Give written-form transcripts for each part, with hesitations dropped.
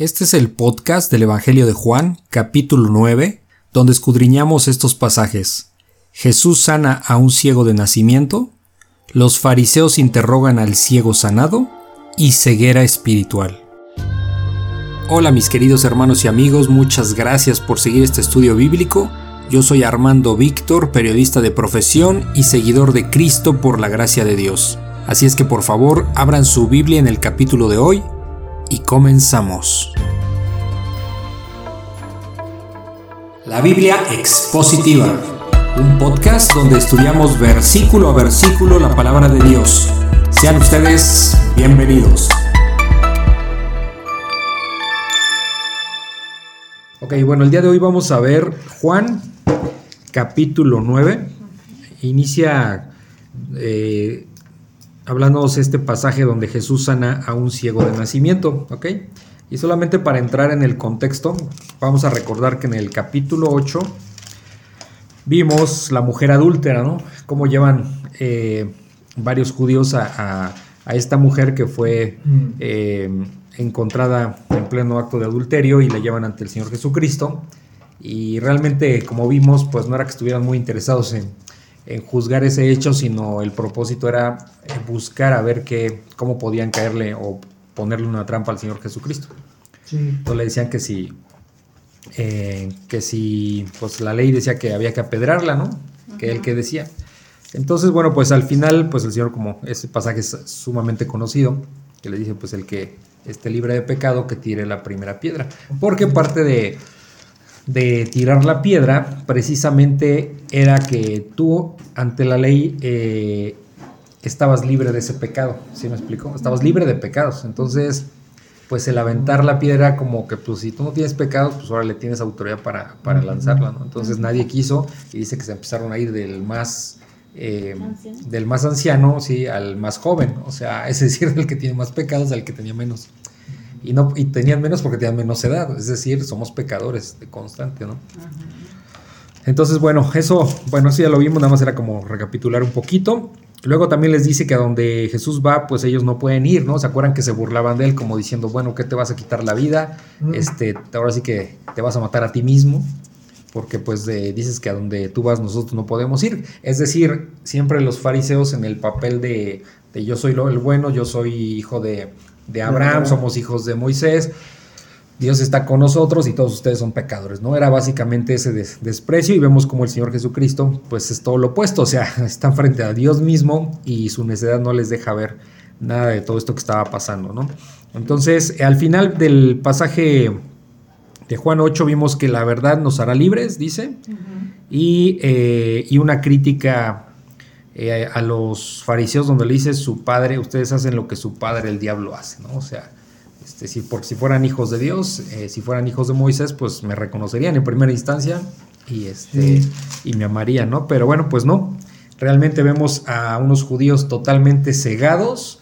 Este es el podcast del Evangelio de Juan, capítulo 9, donde escudriñamos estos pasajes. Jesús sana a un ciego de nacimiento, los fariseos interrogan al ciego sanado y ceguera espiritual. Hola mis queridos hermanos y amigos, muchas gracias por seguir este estudio bíblico. Yo soy Armando Víctor, periodista de profesión y seguidor de Cristo por la gracia de Dios. Así es que por favor abran su Biblia en el capítulo de hoy y comenzamos. La Biblia Expositiva, un podcast donde estudiamos versículo a versículo la palabra de Dios. Sean ustedes bienvenidos. Ok, bueno, el día de hoy vamos a ver Juan, capítulo 9. Inicia hablándonos este pasaje donde Jesús sana a un ciego de nacimiento, ¿ok? Y solamente para entrar en el contexto, vamos a recordar que en el capítulo 8 vimos la mujer adúltera, ¿no? Cómo llevan varios judíos a esta mujer que fue encontrada en pleno acto de adulterio y la llevan ante el Señor Jesucristo. Y realmente, como vimos, pues no era que estuvieran muy interesados en juzgar ese hecho, sino el propósito era buscar a ver cómo podían caerle o ponerle una trampa al Señor Jesucristo. Sí. Entonces le decían que si pues la ley decía que había que apedrearla, ¿no? Uh-huh. Que él que decía. Entonces, bueno, pues al final, pues el Señor, como ese pasaje es sumamente conocido, que le dice, pues el que esté libre de pecado, que tire la primera piedra. Porque parte de tirar la piedra, precisamente era que tú, ante la ley, estabas libre de ese pecado. ¿Sí me explico? Estabas libre de pecados. Entonces, pues el aventar la piedra, como que pues si tú no tienes pecados, pues ahora le tienes autoridad para lanzarla, ¿no? Entonces nadie quiso, y dice que se empezaron a ir del más anciano, sí, al más joven. O sea, es decir, del que tiene más pecados al que tenía menos. Y tenían menos porque tenían menos edad, es decir, somos pecadores de constante, ¿no? Uh-huh. Entonces, eso ya lo vimos, nada más era como recapitular un poquito. Luego también les dice que a donde Jesús va, pues ellos no pueden ir, ¿no? ¿Se acuerdan que se burlaban de él como diciendo, bueno, ¿qué te vas a quitar la vida? Ahora sí que te vas a matar a ti mismo, porque pues dices que a donde tú vas nosotros no podemos ir. Es decir, siempre los fariseos en el papel de yo soy el bueno, yo soy hijo de Abraham, somos hijos de Moisés, Dios está con nosotros y todos ustedes son pecadores, ¿no? Era básicamente ese desprecio, y vemos como el Señor Jesucristo pues es todo lo opuesto, o sea, están frente a Dios mismo y su necedad no les deja ver nada de todo esto que estaba pasando, ¿no? Entonces, al final del pasaje de Juan 8 vimos que la verdad nos hará libres, dice, uh-huh. y una crítica a los fariseos donde le dice su padre, ustedes hacen lo que su padre el diablo hace, ¿no? O sea, si fueran hijos de Dios, si fueran hijos de Moisés, pues me reconocerían en primera instancia y me amarían, ¿no? Pero bueno, pues no. Realmente vemos a unos judíos totalmente cegados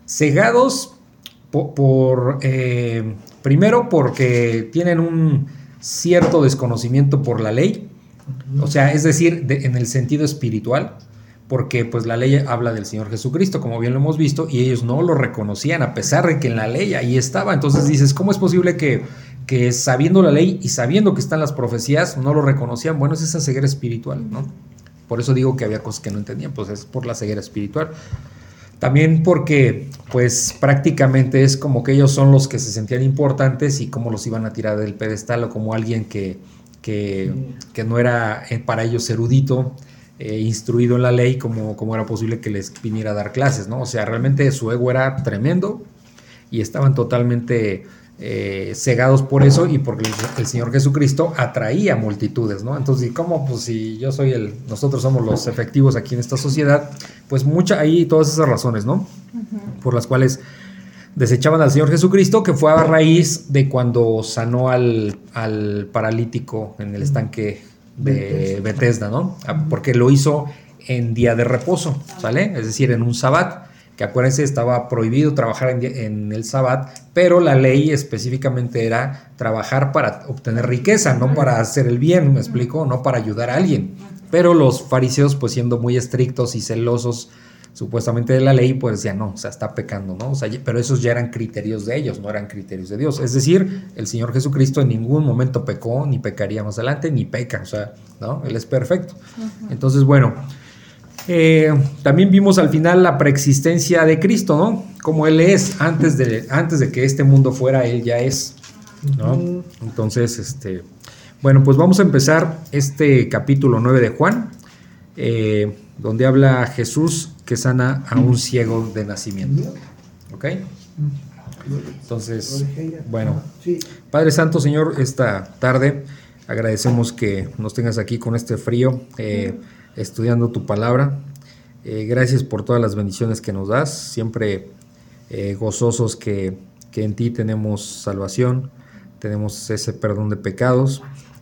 primero porque tienen un cierto desconocimiento por la ley, o sea, es decir, en el sentido espiritual, porque pues la ley habla del Señor Jesucristo, como bien lo hemos visto, y ellos no lo reconocían, a pesar de que en la ley ahí estaba. Entonces dices, ¿cómo es posible que sabiendo la ley y sabiendo que están las profecías, no lo reconocían? Bueno, es esa ceguera espiritual, ¿no? Por eso digo que había cosas que no entendían, pues es por la ceguera espiritual. También porque, pues prácticamente es como que ellos son los que se sentían importantes y cómo los iban a tirar del pedestal, o como alguien que no era para ellos erudito, instruido en la ley, como era posible que les viniera a dar clases, ¿no? O sea, realmente su ego era tremendo y estaban totalmente cegados por eso, y porque el Señor Jesucristo atraía multitudes, ¿no? Entonces, ¿cómo? Pues si nosotros somos los efectivos aquí en esta sociedad, pues hay todas esas razones, ¿no? Uh-huh. Por las cuales desechaban al Señor Jesucristo, que fue a raíz de cuando sanó al paralítico en el estanque de Betesda, ¿no? Porque lo hizo en día de reposo, ¿sale? Es decir, en un sabbat, que acuérdense, estaba prohibido trabajar en el sabbat, pero la ley específicamente era trabajar para obtener riqueza, no para hacer el bien, ¿me explico? No para ayudar a alguien. Pero los fariseos, pues siendo muy estrictos y celosos supuestamente de la ley, pues decían, no, o sea, está pecando, ¿no? O sea, pero esos ya eran criterios de ellos, no eran criterios de Dios. Es decir, el Señor Jesucristo en ningún momento pecó, ni pecaría más adelante, ni peca, o sea, ¿no? Él es perfecto. Entonces, bueno, también vimos al final la preexistencia de Cristo, ¿no? Como Él es, antes de que este mundo fuera, Él ya es, ¿no? Entonces, bueno, pues vamos a empezar este capítulo 9 de Juan, donde habla Jesús que sana a un ciego de nacimiento. ¿Ok? Entonces, bueno, Padre Santo, Señor, esta tarde agradecemos que nos tengas aquí con este frío, estudiando tu palabra. Gracias por todas las bendiciones que nos das, siempre gozosos que en ti tenemos salvación, tenemos ese perdón de pecados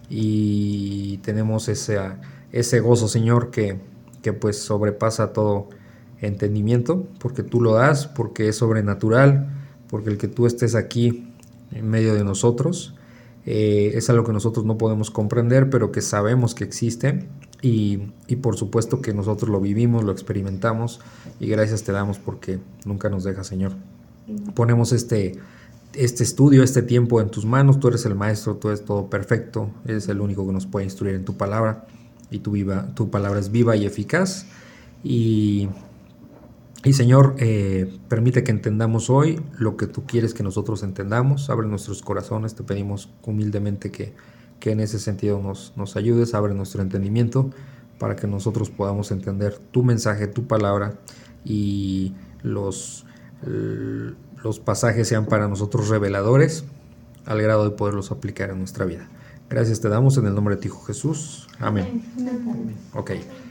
y tenemos ese gozo, Señor, que pues sobrepasa todo entendimiento, porque tú lo das, porque es sobrenatural, porque el que tú estés aquí en medio de nosotros es algo que nosotros no podemos comprender, pero que sabemos que existe y por supuesto que nosotros lo vivimos, lo experimentamos y gracias te damos porque nunca nos dejas, Señor. Ponemos este estudio, este tiempo en tus manos, tú eres el maestro, tú eres todo perfecto, eres el único que nos puede instruir en tu palabra y tu palabra es viva y eficaz y Señor, permite que entendamos hoy lo que tú quieres que nosotros entendamos, abre nuestros corazones, te pedimos humildemente que en ese sentido nos ayudes, abre nuestro entendimiento para que nosotros podamos entender tu mensaje, tu palabra y los pasajes sean para nosotros reveladores al grado de poderlos aplicar en nuestra vida. Gracias te damos en el nombre de tu Hijo Jesús. Amén. Ok.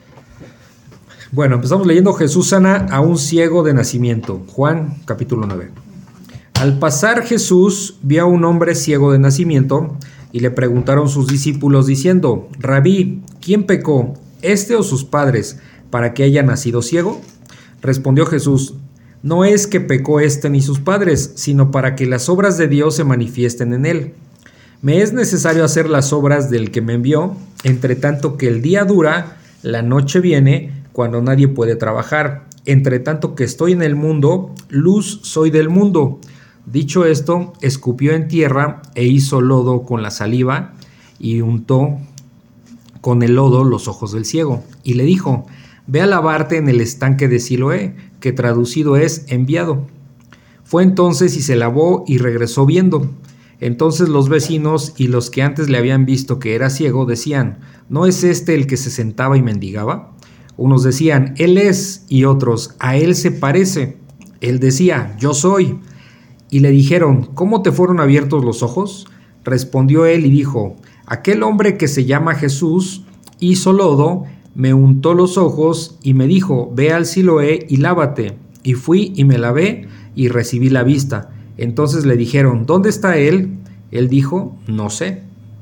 Bueno, empezamos leyendo Jesús sana a un ciego de nacimiento. Juan, capítulo 9. Al pasar Jesús vio a un hombre ciego de nacimiento y le preguntaron sus discípulos diciendo: Rabí, ¿quién pecó, este o sus padres, para que haya nacido ciego? Respondió Jesús: no es que pecó este ni sus padres, sino para que las obras de Dios se manifiesten en él. Me es necesario hacer las obras del que me envió, entre tanto que el día dura, la noche viene, cuando nadie puede trabajar. Entre tanto que estoy en el mundo, luz soy del mundo. Dicho esto, escupió en tierra e hizo lodo con la saliva y untó con el lodo los ojos del ciego. Y le dijo: ve a lavarte en el estanque de Siloé, que traducido es enviado. Fue entonces y se lavó y regresó viendo. Entonces los vecinos y los que antes le habían visto que era ciego decían: ¿no es este el que se sentaba y mendigaba? Unos decían: él es, y otros: a él se parece. Él decía: yo soy. Y le dijeron: ¿cómo te fueron abiertos los ojos? Respondió él y dijo: aquel hombre que se llama Jesús hizo lodo, me untó los ojos y me dijo: ve al Siloé y lávate. Y fui y me lavé y recibí la vista. Entonces le dijeron: ¿dónde está él? Él dijo: no sé.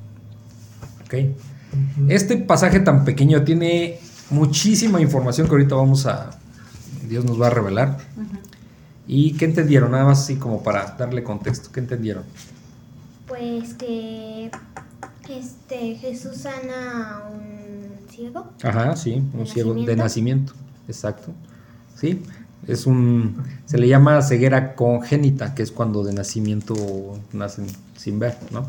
Okay. Este pasaje tan pequeño tiene muchísima información que ahorita Dios nos va a revelar. ¿Y qué entendieron? Nada más así como para darle contexto. ¿Qué entendieron? Pues que Jesús sana a un ciego. Ajá, sí, un ciego de nacimiento. Exacto. Sí, se le llama ceguera congénita, que es cuando de nacimiento nacen sin ver, ¿no?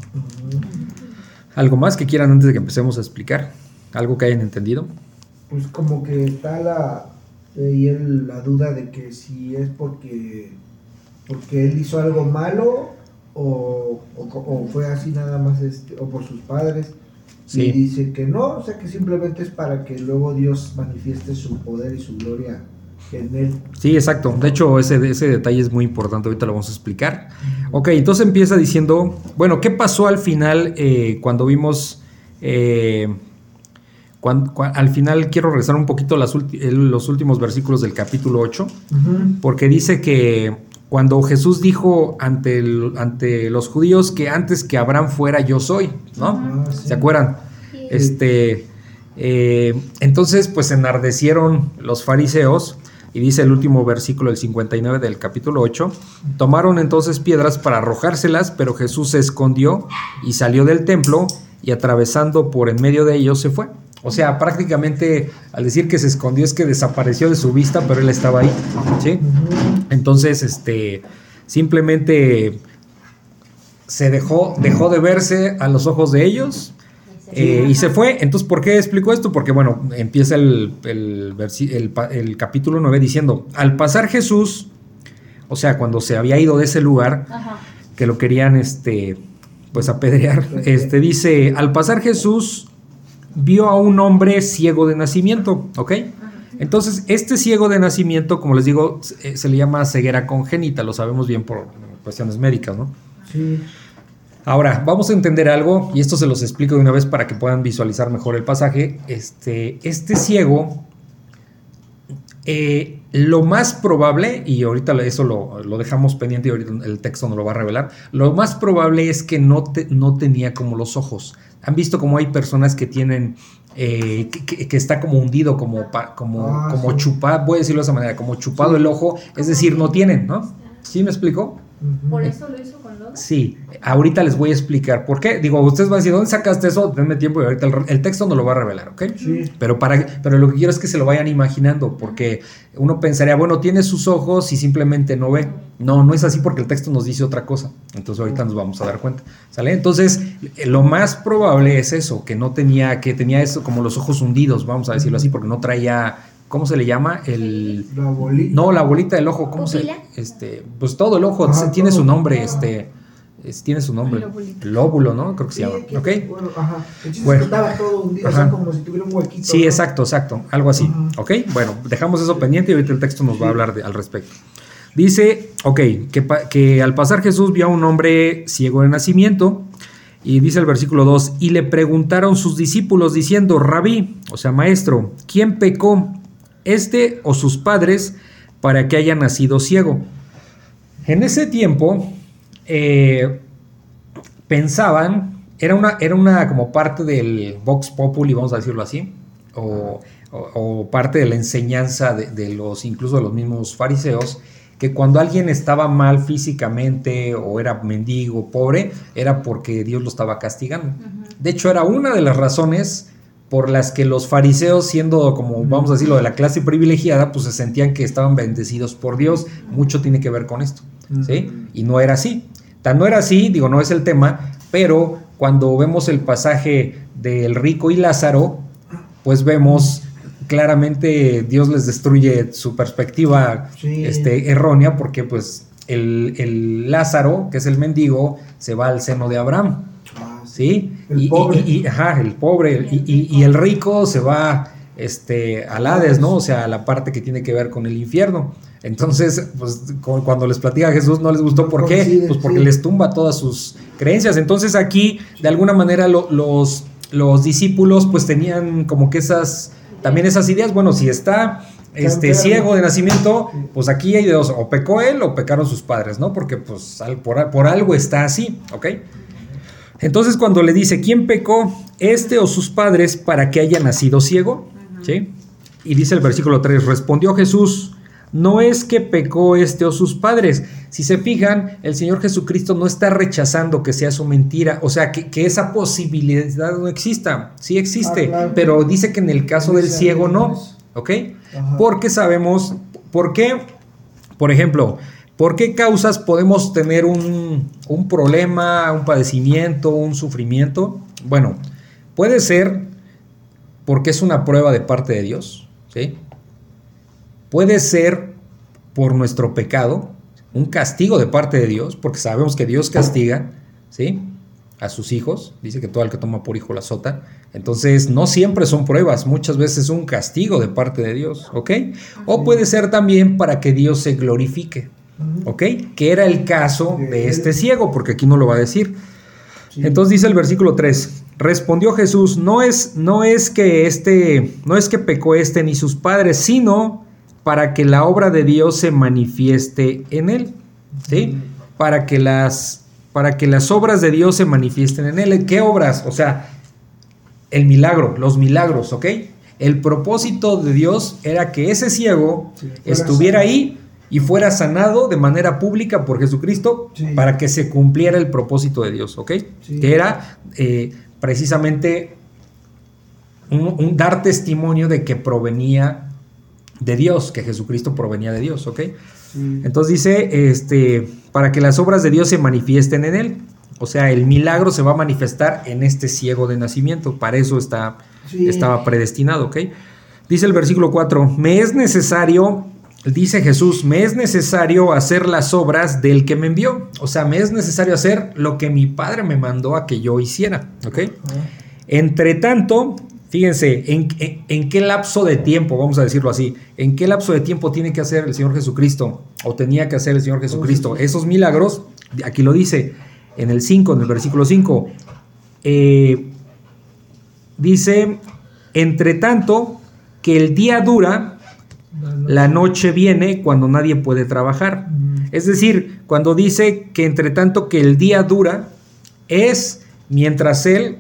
¿Algo más que quieran antes de que empecemos a explicar? ¿Algo que hayan entendido? Pues como que está la duda de que si es porque él hizo algo malo o fue así nada más o por sus padres. Sí. Y dice que no, o sea que simplemente es para que luego Dios manifieste su poder y su gloria en él. Sí, exacto. De hecho, ese detalle es muy importante, ahorita lo vamos a explicar. Ok, entonces empieza diciendo, bueno, ¿qué pasó al final cuando vimos... al final quiero regresar un poquito a los últimos versículos del capítulo 8, porque dice que cuando Jesús dijo ante los judíos que antes que Abraham fuera yo soy, ¿no? Sí. ¿Se acuerdan? Sí. Entonces pues enardecieron los fariseos y dice el último versículo del 59 del capítulo 8, tomaron entonces piedras para arrojárselas, pero Jesús se escondió y salió del templo y atravesando por en medio de ellos se fue. O sea, prácticamente al decir que se escondió es que desapareció de su vista, pero él estaba ahí, ¿sí? Entonces, simplemente se dejó de verse a los ojos de ellos y se fue. Entonces, ¿por qué explico esto? Porque, bueno, empieza el capítulo 9 diciendo, al pasar Jesús, o sea, cuando se había ido de ese lugar, que lo querían, pues apedrear, dice, al pasar Jesús vio a un hombre ciego de nacimiento, ¿ok? Entonces, este ciego de nacimiento, como les digo, se le llama ceguera congénita, lo sabemos bien por cuestiones médicas, ¿no? Sí. Ahora, vamos a entender algo, y esto se los explico de una vez para que puedan visualizar mejor el pasaje. Este ciego, lo más probable, y ahorita eso lo dejamos pendiente y ahorita el texto nos lo va a revelar, lo más probable es que no tenía como los ojos. ¿Han visto cómo hay personas que tienen, que está como hundido, como sí. chupado, voy a decirlo de esa manera, como chupado el ojo, es decir, no tienen, ¿no? ¿Sí me explico? ¿Por eso lo hizo con lodo? Sí, ahorita les voy a explicar por qué. Digo, ustedes van a decir, ¿dónde sacaste eso? Denme tiempo y ahorita el texto nos lo va a revelar, ¿ok? Sí. Pero lo que quiero es que se lo vayan imaginando, porque uno pensaría, bueno, tiene sus ojos y simplemente no ve. No es así porque el texto nos dice otra cosa. Entonces ahorita nos vamos a dar cuenta, ¿sale? Entonces, lo más probable es eso, que tenía eso como los ojos hundidos, vamos a decirlo así, porque no traía... ¿Cómo se le llama? La bolita. No, la bolita del ojo. ¿Cómo ¿Pupila? Pues todo el ojo tiene todo. su nombre, tiene su nombre. Lóbulo. ¿no? Creo que se llama. ¿Ok? Bueno, ajá. El chiste Bueno. es que estaba todo hundido, o sea, como si tuviera un huequito. Sí, ¿no? exacto. Algo así. Ajá. ¿Ok? Bueno, dejamos eso pendiente y ahorita el texto nos va a hablar al respecto. Dice, que al pasar Jesús vio a un hombre ciego de nacimiento. Y dice el versículo 2, y le preguntaron sus discípulos diciendo, Rabí, o sea, maestro, ¿quién pecó? ¿Este o sus padres para que haya nacido ciego? En ese tiempo pensaban, era una como parte del Vox Populi, vamos a decirlo así, o parte de la enseñanza incluso de los mismos fariseos, que cuando alguien estaba mal físicamente o era mendigo, pobre, era porque Dios lo estaba castigando. De hecho, era una de las razones por las que los fariseos, siendo como, vamos a decirlo, de la clase privilegiada, pues se sentían que estaban bendecidos por Dios. Mucho tiene que ver con esto, ¿sí? Y no era así. No era así, digo, no es el tema, pero cuando vemos el pasaje del rico y Lázaro, pues vemos claramente Dios les destruye su perspectiva errónea, porque pues el Lázaro, que es el mendigo, se va al seno de Abraham. ¿Sí? El pobre. El pobre. Y el rico se va al Hades, ¿no? O sea, a la parte que tiene que ver con el infierno. Entonces, pues cuando les platica a Jesús no les gustó. ¿Por qué? Pues porque les tumba todas sus creencias. Entonces aquí, de alguna manera, los discípulos pues tenían como que también esas ideas. Bueno, si está ciego de nacimiento, pues aquí hay de dos, o pecó él o pecaron sus padres, ¿no? Porque pues por algo está así, ¿ok? Entonces cuando le dice, ¿quién pecó, este o sus padres, para que haya nacido ciego? ¿Sí? Y dice el versículo 3, respondió Jesús, no es que pecó este o sus padres. Si se fijan, el Señor Jesucristo no está rechazando que sea su mentira, o sea, que esa posibilidad no exista. Sí existe, claro. Pero dice que en el caso del ciego no, ¿ok? Ajá. Porque sabemos, ¿por qué? Por ejemplo, ¿por qué causas podemos tener un problema, un padecimiento, un sufrimiento? Bueno, puede ser porque es una prueba de parte de Dios, ¿sí? Puede ser por nuestro pecado, un castigo de parte de Dios, porque sabemos que Dios castiga, ¿sí?, a sus hijos. Dice que todo el que toma por hijo la azota. Entonces, no siempre son pruebas, muchas veces es un castigo de parte de Dios, ¿ok? O puede ser también para que Dios se glorifique, ¿ok? Que era el caso de este ciego, porque aquí no lo va a decir. Sí. Entonces dice el versículo 3, respondió Jesús, no es que pecó ni sus padres, sino para que la obra de Dios se manifieste en él, ¿sí? Para que las obras de Dios se manifiesten en él. ¿Qué obras? O sea, el milagro, los milagros, ¿ok? El propósito de Dios era que ese ciego estuviera ahí y fuera sanado de manera pública por Jesucristo, para que se cumpliera el propósito de Dios, ¿ok? Que era precisamente un dar testimonio de que provenía de Dios, que Jesucristo provenía de Dios, ¿ok? Sí. Entonces dice, para que las obras de Dios se manifiesten en él. O sea, el milagro se va a manifestar en este ciego de nacimiento. Para eso estaba predestinado, ¿ok? Dice el versículo 4, me es necesario, dice Jesús, me es necesario hacer las obras del que me envió. O sea, me es necesario hacer lo que mi Padre me mandó a que yo hiciera, ¿ok? Entre tanto, fíjense, ¿en qué lapso de tiempo, vamos a decirlo así, en qué lapso de tiempo tiene que hacer el Señor Jesucristo, o tenía que hacer el Señor Jesucristo esos milagros? Aquí lo dice, en el 5, en el versículo 5, dice, entre tanto que el día dura, la noche viene cuando nadie puede trabajar. Es decir, cuando dice que entre tanto que el día dura, es mientras él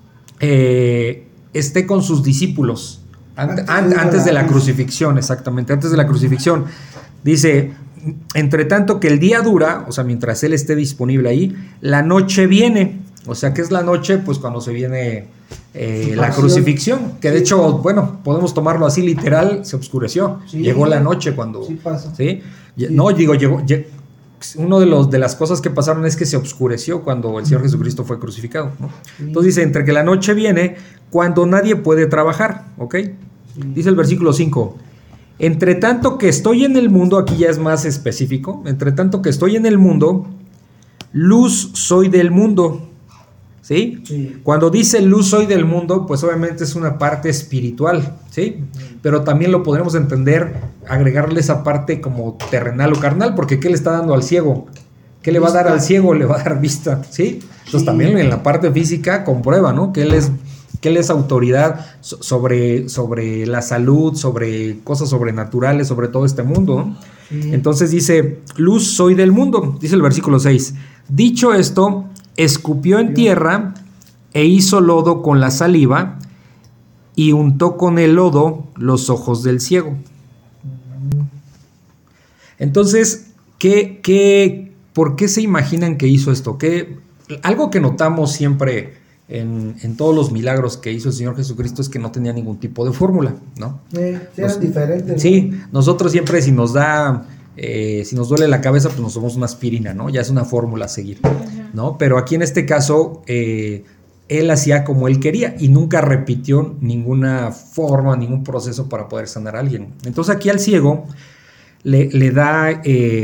esté con sus discípulos, antes de la crucifixión, exactamente, antes de la crucifixión. Dice, entre tanto que el día dura, o sea, mientras él esté disponible ahí, la noche viene. O sea, ¿qué es la noche? Pues cuando se viene la crucifixión, que de hecho, bueno, podemos tomarlo así literal, se oscureció. Sí, llegó la noche cuando... Sí pasa. ¿Sí? No, digo, llegó uno de las cosas que pasaron es que se oscureció cuando el Señor Jesucristo fue crucificado, ¿no? Sí. Entonces dice, entre que la noche viene cuando nadie puede trabajar, ¿ok? Sí. Dice el versículo 5, entre tanto que estoy en el mundo, aquí ya es más específico, entre tanto que estoy en el mundo, luz soy del mundo, ¿sí? Sí. Cuando dice luz soy del mundo, pues obviamente es una parte espiritual, ¿sí? Pero también lo podremos entender, agregarle esa parte como terrenal o carnal, porque ¿qué le está dando al ciego? ¿Qué le va a dar al ciego? Le va a dar vista, ¿sí? Entonces sí. También en la parte física comprueba, ¿no? Que él es autoridad sobre la salud, sobre cosas sobrenaturales, sobre todo este mundo, ¿no? Sí. Entonces dice, luz soy del mundo, dice el versículo 6. Dicho esto, escupió en tierra e hizo lodo con la saliva y untó con el lodo los ojos del ciego. Entonces, ¿por qué se imaginan que hizo esto? Algo que notamos siempre en todos los milagros que hizo el Señor Jesucristo es que no tenía ningún tipo de fórmula, ¿no? Eran diferentes, ¿no? Sí, nosotros siempre si nos duele la cabeza, pues nos tomamos una aspirina, ¿no? Ya es una fórmula a seguir, ¿no? Pero aquí en este caso, él hacía como él quería y nunca repitió ninguna forma, ningún proceso para poder sanar a alguien. Entonces aquí al ciego le da...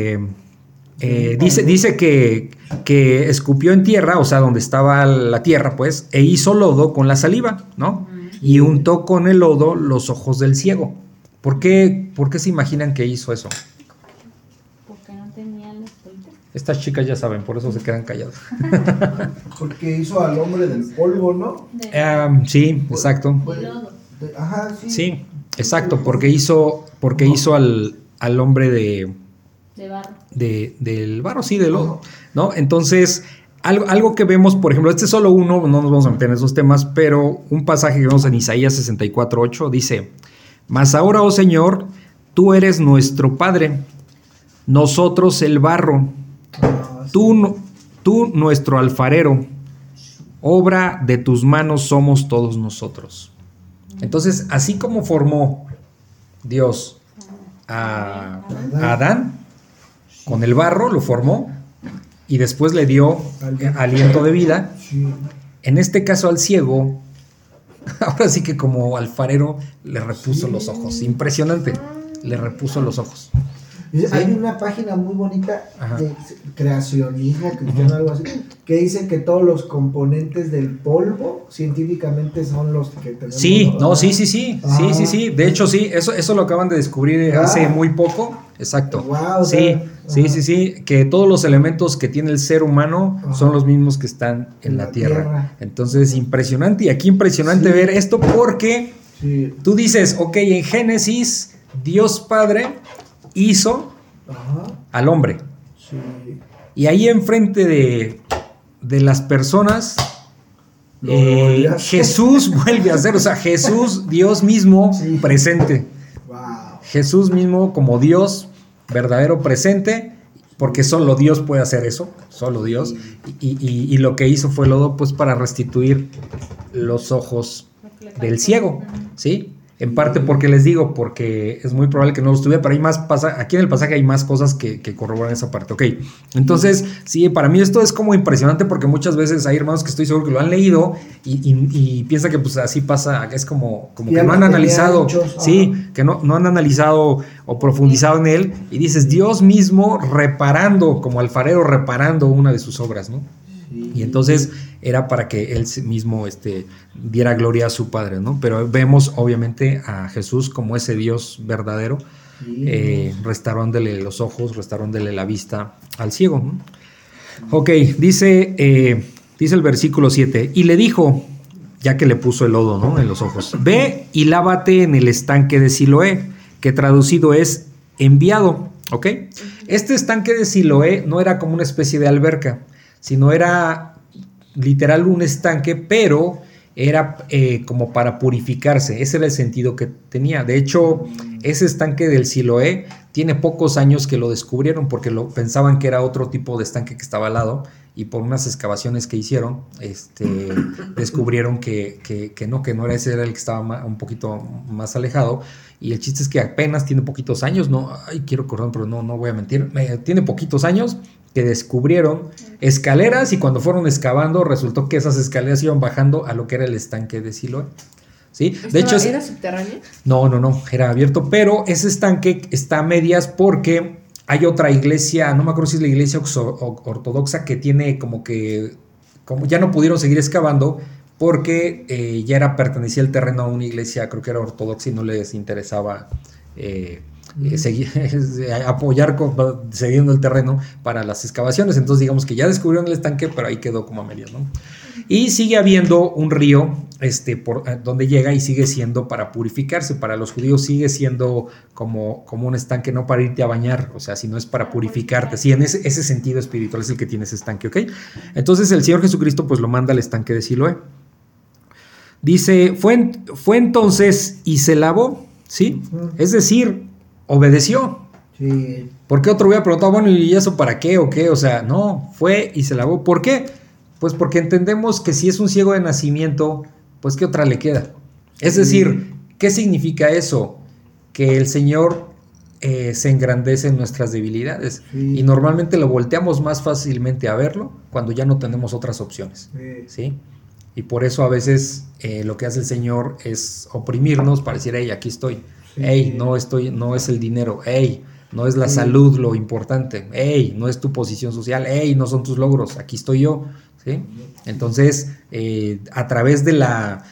dice que escupió en tierra, o sea, donde estaba la tierra, pues, e hizo lodo con la saliva, ¿no? Y untó con el lodo los ojos del ciego. ¿Por qué se imaginan que hizo eso? Porque no tenían las pollitas. Estas chicas ya saben, por eso se quedan calladas. Porque hizo al hombre del polvo, ¿no? Sí, exacto. Ajá, sí. Sí, exacto, porque hizo al hombre de barro. Del barro, sí, del lodo, ¿no? Entonces, algo que vemos, por ejemplo, este es solo uno, no nos vamos a meter en esos temas, pero un pasaje que vemos en Isaías 64:8 dice, mas ahora, oh Señor, tú eres nuestro Padre, nosotros el barro, tú nuestro alfarero, obra de tus manos somos todos nosotros. Entonces, así como formó Dios a Adán, con el barro lo formó y después le dio aliento de vida. En este caso al ciego, ahora sí que como alfarero le repuso los ojos. Impresionante, le repuso los ojos. Hay una página muy bonita de creacionismo cristiano, algo así, que dice que todos los componentes del polvo científicamente son los que tenemos. Sí, no, sí. De hecho, sí, eso lo acaban de descubrir hace muy poco. Exacto. Wow, sí, que todos los elementos que tiene el ser humano son los mismos que están en la tierra. Entonces, impresionante. Y aquí impresionante ver esto porque tú dices, ok, en Génesis, Dios Padre hizo al hombre. Sí. Y ahí enfrente de las personas, Jesús vuelve a ser, o sea, Jesús, Dios mismo presente. Wow. Jesús mismo como Dios verdadero presente, porque solo Dios puede hacer eso, solo Dios. Y lo que hizo fue lodo, pues, para restituir los ojos del ciego, ¿sí? En parte porque les digo, porque es muy probable que no lo estuviera, pero hay más aquí en el pasaje hay más cosas que corroboran esa parte, ok. Entonces, sí, para mí esto es como impresionante porque muchas veces hay hermanos que estoy seguro que lo han leído y piensan que pues así pasa, es como que no han analizado, sí, que no han analizado o profundizado en él, y dices, Dios mismo reparando, como alfarero reparando una de sus obras, ¿no? Y entonces era para que él mismo diera gloria a su Padre, ¿no? Pero vemos obviamente a Jesús como ese Dios verdadero, restaurándole los ojos, restaurándole la vista al ciego, ¿no? Ok, dice el versículo 7, y le dijo, ya que le puso el lodo, ¿no?, en los ojos, ve y lávate en el estanque de Siloé, que traducido es enviado, ¿ok? Este estanque de Siloé no era como una especie de alberca, sino era literal un estanque, pero era como para purificarse. Ese era el sentido que tenía. De hecho, ese estanque del Siloé tiene pocos años que lo descubrieron, porque pensaban que era otro tipo de estanque que estaba al lado, y por unas excavaciones que hicieron, descubrieron que no era ese, era el que estaba un poquito más alejado. Y el chiste es que apenas tiene poquitos años, quiero correr, pero no voy a mentir, tiene poquitos años que descubrieron escaleras, y cuando fueron excavando resultó que esas escaleras iban bajando a lo que era el estanque de Siloé, ¿sí? De hecho, ¿era subterráneo? No, era abierto, pero ese estanque está a medias porque hay otra iglesia, no me acuerdo si es la iglesia ortodoxa, que tiene como ya no pudieron seguir excavando porque ya pertenecía el terreno a una iglesia, creo que era ortodoxa, y no les interesaba apoyar cediendo el terreno para las excavaciones. Entonces digamos que ya descubrieron el estanque, pero ahí quedó como a medias, ¿no? Y sigue habiendo un río por donde llega, y sigue siendo para purificarse. Para los judíos sigue siendo como un estanque, no para irte a bañar, o sea, sino es para purificarte. Sí, en ese sentido espiritual es el que tiene ese estanque, ¿ok? Entonces el Señor Jesucristo pues lo manda al estanque de Siloé. Dice, fue entonces y se lavó, ¿sí? Es decir, obedeció. Sí. ¿Por qué otro hubiera preguntado, bueno, ¿y eso para qué o qué? O sea, no, fue y se lavó. ¿Por qué? Pues porque entendemos que si es un ciego de nacimiento, pues ¿qué otra le queda? Es decir, ¿qué significa eso? Que el Señor se engrandece en nuestras debilidades, y normalmente lo volteamos más fácilmente a verlo cuando ya no tenemos otras opciones, ¿sí? Y por eso a veces lo que hace el Señor es oprimirnos para decir, hey, aquí estoy. Hey, no es el dinero. Hey, no es la salud lo importante. Hey, no es tu posición social. Hey, no son tus logros. Aquí estoy yo, ¿sí? Entonces, a través de la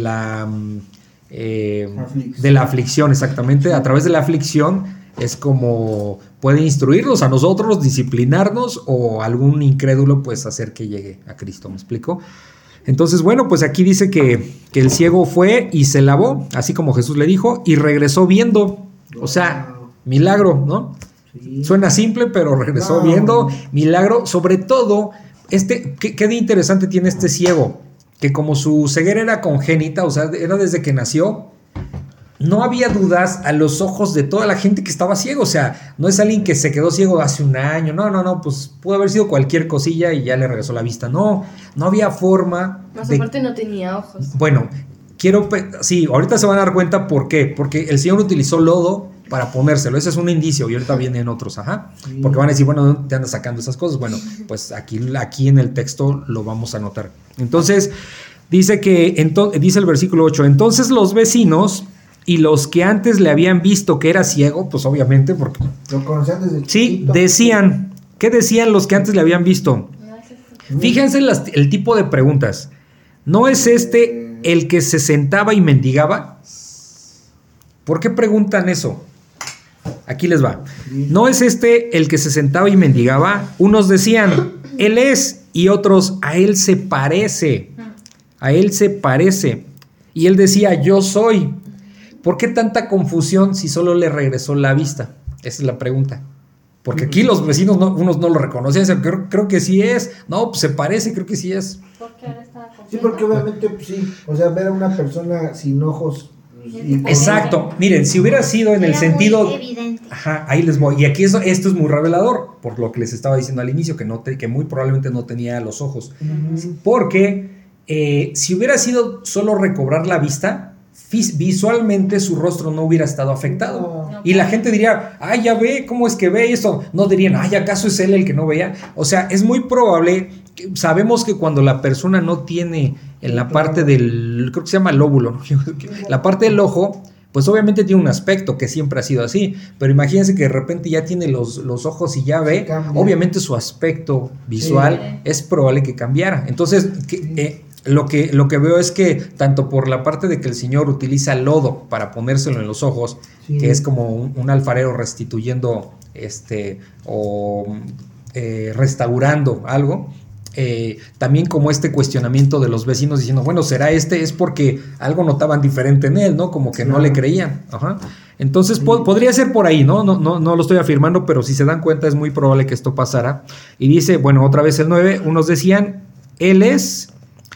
aflicción, exactamente, a través de la aflicción es como puede instruirnos a nosotros, disciplinarnos, o algún incrédulo pues hacer que llegue a Cristo. ¿Me explico? Entonces, bueno, pues aquí dice que el ciego fue y se lavó, así como Jesús le dijo, y regresó viendo. O sea, milagro, ¿no? Sí. Suena simple, pero regresó viendo, milagro. Sobre todo, ¿qué de interesante tiene este ciego? Que como su ceguera era congénita, o sea, era desde que nació, no había dudas a los ojos de toda la gente que estaba ciego. O sea, no es alguien que se quedó ciego hace un año. No, pues pudo haber sido cualquier cosilla y ya le regresó la vista. No había forma. Más aparte no tenía ojos. Bueno, sí, ahorita se van a dar cuenta por qué. Porque el Señor utilizó lodo para ponérselo. Ese es un indicio, y ahorita vienen otros, porque van a decir, bueno, ¿dónde te andas sacando esas cosas? Bueno, pues aquí en el texto lo vamos a notar. Entonces, dice el versículo 8, entonces los vecinos y los que antes le habían visto que era ciego, pues obviamente, porque lo conocían desde chiquito. Sí, decían, ¿qué decían los que antes le habían visto? Fíjense el tipo de preguntas. ¿No es el que se sentaba y mendigaba? ¿Por qué preguntan eso? Aquí les va. ¿No es el que se sentaba y mendigaba? Unos decían, él es, y otros, a él se parece. A él se parece. Y él decía, yo soy. ¿Por qué tanta confusión si solo le regresó la vista? Esa es la pregunta. Porque aquí los vecinos, unos no lo reconocían, creo que sí es. No, pues se parece, creo que sí es. ¿Por qué ahora estaba confuso? Sí, porque obviamente, pues, sí. O sea, ver a una persona sin ojos. Exacto. Miren, si hubiera sido en el sentido. Muy evidente. Ajá, ahí les voy. Y aquí esto es muy revelador, por lo que les estaba diciendo al inicio, que muy probablemente no tenía los ojos. Porque si hubiera sido solo recobrar la vista, visualmente su rostro no hubiera estado afectado. No. Y la gente diría, ay, ya ve, ¿cómo es que ve esto? No dirían, ay, ¿acaso es él el que no veía? O sea, es muy probable, sabemos que cuando la persona no tiene en la parte del, creo que se llama lóbulo, ¿no? La parte del ojo, pues obviamente tiene un aspecto que siempre ha sido así, pero imagínense que de repente ya tiene los ojos y ya ve, obviamente su aspecto visual es probable que cambiara. Entonces, lo que veo es que tanto por la parte de que el Señor utiliza lodo para ponérselo en los ojos, que es como un alfarero restituyendo restaurando algo, también como este cuestionamiento de los vecinos diciendo, bueno, ¿será es porque algo notaban diferente en él, ¿no? Como que no le creían. Ajá. Entonces podría ser por ahí, ¿no? No lo estoy afirmando, pero si se dan cuenta es muy probable que esto pasara. Y dice, bueno, otra vez el 9, unos decían, Él es,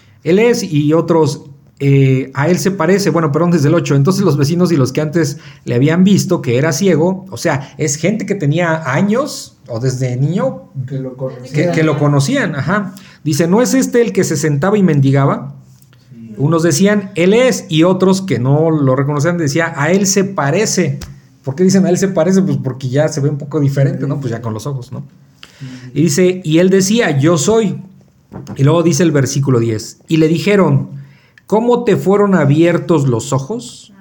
y otros, a él se parece, bueno, perdón, desde el 8. Entonces los vecinos y los que antes le habían visto que era ciego, o sea, es gente que tenía años o desde niño que lo conocían, ajá. Dice, ¿no es este el que se sentaba y mendigaba? Sí. Unos decían, él es, y otros que no lo reconocían decían, a él se parece. ¿Por qué dicen a él se parece? Pues porque ya se ve un poco diferente, ¿no? Pues ya con los ojos, ¿no? Y dice, y él decía, yo soy. Y luego dice el versículo 10, y le dijeron, ¿cómo te fueron abiertos los ojos?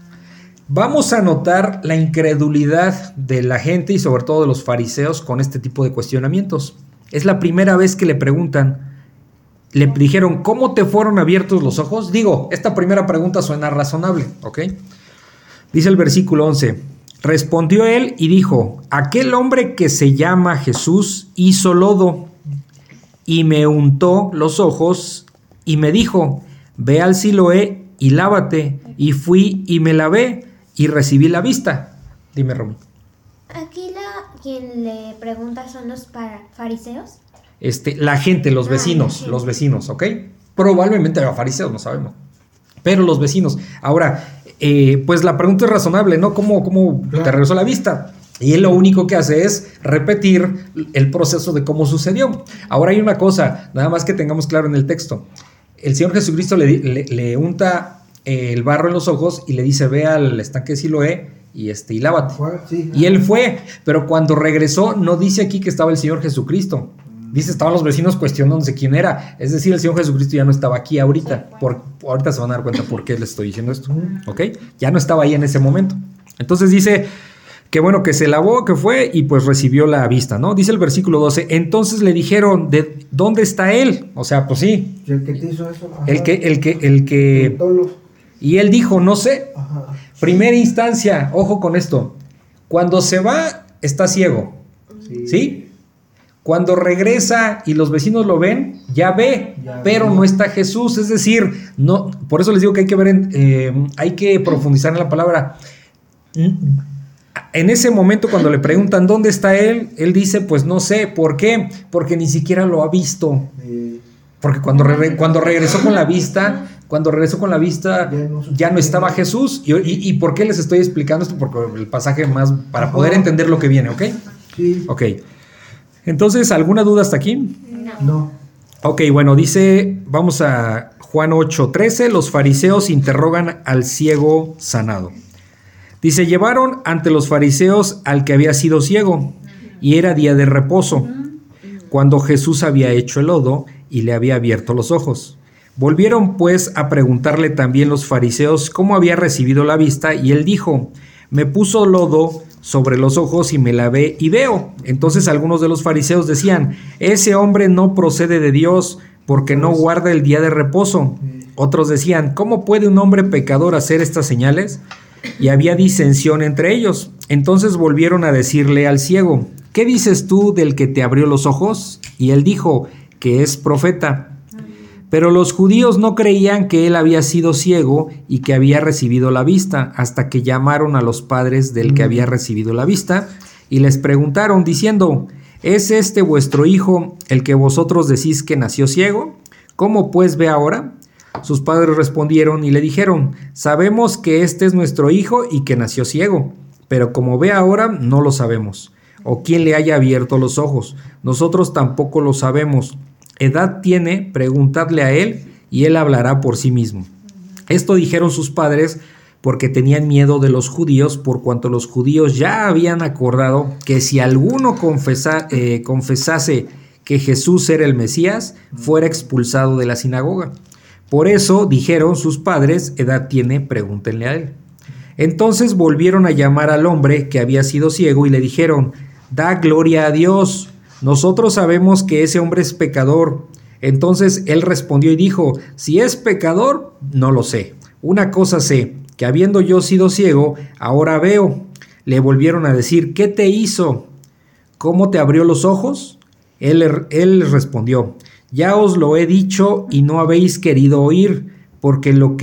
Vamos a notar la incredulidad de la gente y sobre todo de los fariseos con este tipo de cuestionamientos. Es la primera vez que le preguntan, le dijeron, ¿cómo te fueron abiertos los ojos? Digo, esta primera pregunta suena razonable, ¿ok? Dice el versículo 11, respondió él y dijo, aquel hombre que se llama Jesús hizo lodo y me untó los ojos y me dijo, ve al Siloé y lávate. Y fui y me lavé y recibí la vista. Dime, Romy. Aquí quien le pregunta son los fariseos. La gente, los vecinos, ¿ok? Probablemente eran fariseos, no sabemos. Pero los vecinos. Ahora, pues la pregunta es razonable, ¿no? ¿Cómo te regresó la vista? Y él lo único que hace es repetir el proceso de cómo sucedió. Ahora hay una cosa, nada más que tengamos claro en el texto. El Señor Jesucristo le unta el barro en los ojos y le dice, ve al estanque de Siloé y lávate. Sí. Y él fue, pero cuando regresó no dice aquí que estaba el Señor Jesucristo. Dice, estaban los vecinos cuestionándose quién era. Es decir, el Señor Jesucristo ya no estaba aquí ahorita. Ahorita se van a dar cuenta por qué les estoy diciendo esto. ¿Ok? Ya no estaba ahí en ese momento. Entonces dice que bueno, que se lavó, que fue y pues recibió la vista, ¿no? Dice el versículo 12, entonces le dijeron, ¿de dónde está él? O sea, pues sí. ¿Y el que te hizo eso? Ajá. El que y él dijo, no sé. Ajá. Primera instancia, ojo con esto. Cuando se va, está ciego. ¿Sí? Cuando regresa y los vecinos lo ven, ya ve, pero no está Jesús. Es decir, no, por eso les digo que hay que ver, hay que profundizar en la palabra. En ese momento cuando le preguntan dónde está él dice, pues no sé. ¿Por qué? Porque ni siquiera lo ha visto. Porque cuando regresó con la vista, ya no estaba Jesús. ¿Y por qué les estoy explicando esto? Porque el pasaje más, para poder entender lo que viene, ¿ok? Sí. Ok. Entonces, ¿alguna duda hasta aquí? No. Ok, bueno, dice, vamos a Juan 8:13, los fariseos interrogan al ciego sanado. Dice, llevaron ante los fariseos al que había sido ciego, y era día de reposo, cuando Jesús había hecho el lodo y le había abierto los ojos. Volvieron pues a preguntarle también los fariseos cómo había recibido la vista, y él dijo, me puso lodo sobre los ojos y me lavé y veo. Entonces algunos de los fariseos decían, ese hombre no procede de Dios porque no guarda el día de reposo. Otros decían, ¿cómo puede un hombre pecador hacer estas señales? Y había disensión entre ellos. Entonces volvieron a decirle al ciego, ¿qué dices tú del que te abrió los ojos? Y él dijo, que es profeta. Pero los judíos no creían que él había sido ciego y que había recibido la vista, hasta que llamaron a los padres del que había recibido la vista y les preguntaron diciendo, ¿es este vuestro hijo el que vosotros decís que nació ciego? ¿Cómo pues ve ahora? Sus padres respondieron y le dijeron, sabemos que este es nuestro hijo y que nació ciego, pero como ve ahora no lo sabemos, o quién le haya abierto los ojos, nosotros tampoco lo sabemos. Edad tiene, preguntadle a él, y él hablará por sí mismo. Esto dijeron sus padres porque tenían miedo de los judíos, por cuanto los judíos ya habían acordado que si alguno confesase que Jesús era el Mesías, fuera expulsado de la sinagoga. Por eso dijeron sus padres: edad tiene, pregúntenle a él. Entonces volvieron a llamar al hombre que había sido ciego y le dijeron: da gloria a Dios, nosotros sabemos que ese hombre es pecador. Entonces él respondió y dijo: si es pecador, no lo sé. Una cosa sé, que habiendo yo sido ciego, ahora veo. Le volvieron a decir: ¿qué te hizo? ¿Cómo te abrió los ojos? Él les respondió: ya os lo he dicho y no habéis querido oír, ¿por qué lo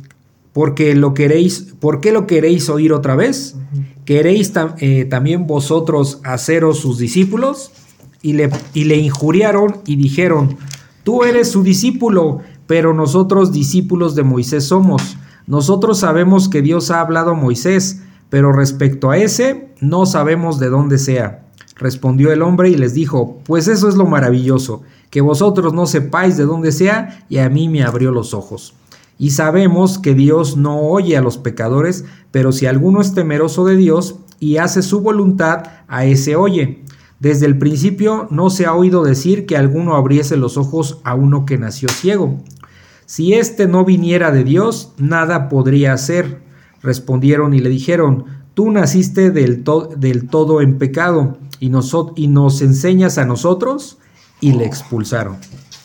queréis oír otra vez? ¿Queréis también vosotros haceros sus discípulos? Y le injuriaron y dijeron: tú eres su discípulo, pero nosotros discípulos de Moisés somos. Nosotros sabemos que Dios ha hablado a Moisés, pero respecto a ese, no sabemos de dónde sea. Respondió el hombre y les dijo: pues eso es lo maravilloso, que vosotros no sepáis de dónde sea, y a mí me abrió los ojos. Y sabemos que Dios no oye a los pecadores, pero si alguno es temeroso de Dios y hace su voluntad, a ese oye. Desde el principio no se ha oído decir que alguno abriese los ojos a uno que nació ciego. Si éste no viniera de Dios, nada podría hacer. Respondieron y le dijeron: tú naciste del todo en pecado, y nos enseñas a nosotros. Y le expulsaron.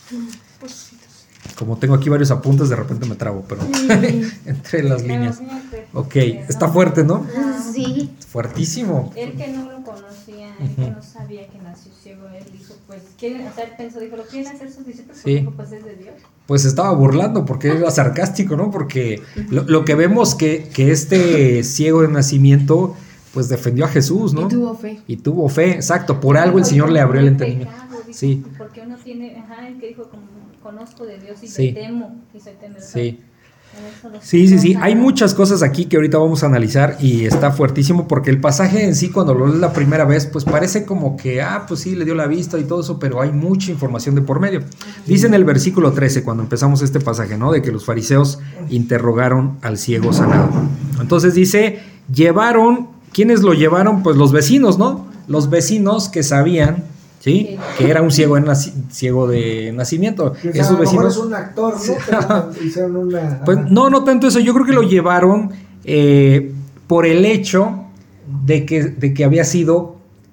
Como tengo aquí varios apuntes, de repente me trabo, pero entre las líneas. Ok, está fuerte, ¿no? Sí. Fuertísimo. Él que no lo conocía, él que no sabía que nació ciego, él dijo: pues, él pensó, ¿lo quieren hacer sus discípulos? Sí. Dijo: pues es de Dios. Pues estaba burlando porque era sarcástico, ¿no? Porque lo que vemos que este ciego de nacimiento, pues defendió a Jesús, ¿no? Y tuvo fe, exacto. Por algo el Señor le abrió el entendimiento. Sí. Porque uno tiene, el que dijo: conozco de Dios y sí. le temo y soy temeroso. Sí. Sí. Hay muchas cosas aquí que ahorita vamos a analizar y está fuertísimo porque el pasaje en sí, cuando lo lees la primera vez, pues parece como que, pues sí, le dio la vista y todo eso, pero hay mucha información de por medio. Dice en el versículo 13, cuando empezamos este pasaje, ¿no? De que los fariseos interrogaron al ciego sanado. Entonces dice: ¿quiénes lo llevaron? Pues los vecinos, ¿no? Los vecinos que sabían, ¿sí? Que era un ciego de nacimiento. Esos vecinos. Es un actor, ¿no? Pero hicieron una. Pues no tanto eso. Yo creo que lo llevaron por el hecho de que había sido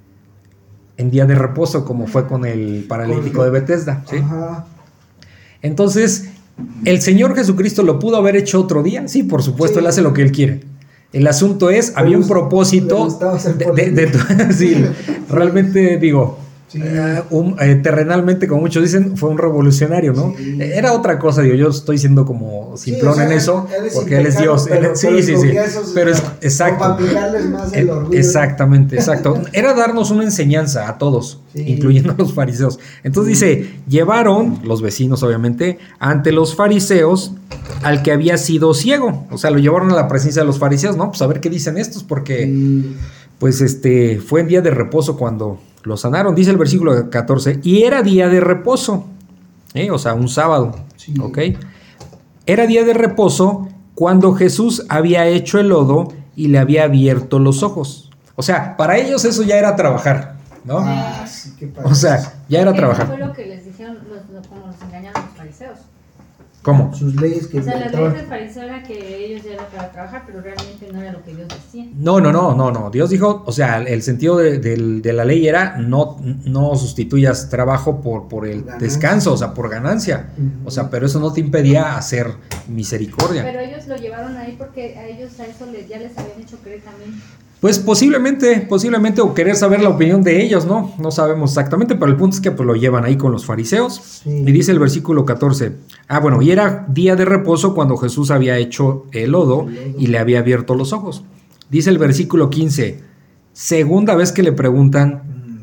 en día de reposo, como fue con el paralítico de Bethesda, ¿sí? Ajá. Entonces, ¿el Señor Jesucristo lo pudo haber hecho otro día? Sí, por supuesto, Él hace lo que Él quiere. El asunto es, había un propósito sí, realmente digo, sí. Terrenalmente, como muchos dicen, fue un revolucionario, ¿no? Sí. Era otra cosa, digo, yo estoy siendo como simplón en eso, porque Él es Dios. Sí. Pero es exacto. Para aplicarles más el orgullo. Exactamente, exacto. Era darnos una enseñanza a todos, incluyendo a los fariseos. Entonces dice: llevaron, los vecinos obviamente, ante los fariseos al que había sido ciego. O sea, lo llevaron a la presencia de los fariseos, ¿no? Pues a ver qué dicen estos, porque pues fue en día de reposo cuando lo sanaron. Dice el versículo 14: y era día de reposo, o sea, un sábado, ¿ok? Era día de reposo cuando Jesús había hecho el lodo y le había abierto los ojos. O sea, para ellos eso ya era trabajar, ¿no? Sí, qué padre. O sea, ya era trabajar. Eso fue lo que les dijeron, como los engañaron los fariseos. ¿Cómo? Sus leyes que las leyes del fariseo era que ellos ya eran para trabajar, pero realmente no era lo que Dios decía. No. Dios dijo, o sea, el sentido de la ley era no sustituyas trabajo por el descanso, o sea, por ganancia. O sea, pero eso no te impedía hacer misericordia. Pero ellos lo llevaron ahí porque a ellos a eso ya les habían hecho creer también. Pues posiblemente, o querer saber la opinión de ellos, ¿no? No sabemos exactamente, pero el punto es que pues lo llevan ahí con los fariseos. Sí. Y dice el versículo 14, y era día de reposo cuando Jesús había hecho el lodo y le había abierto los ojos. Dice el versículo 15, segunda vez que le preguntan,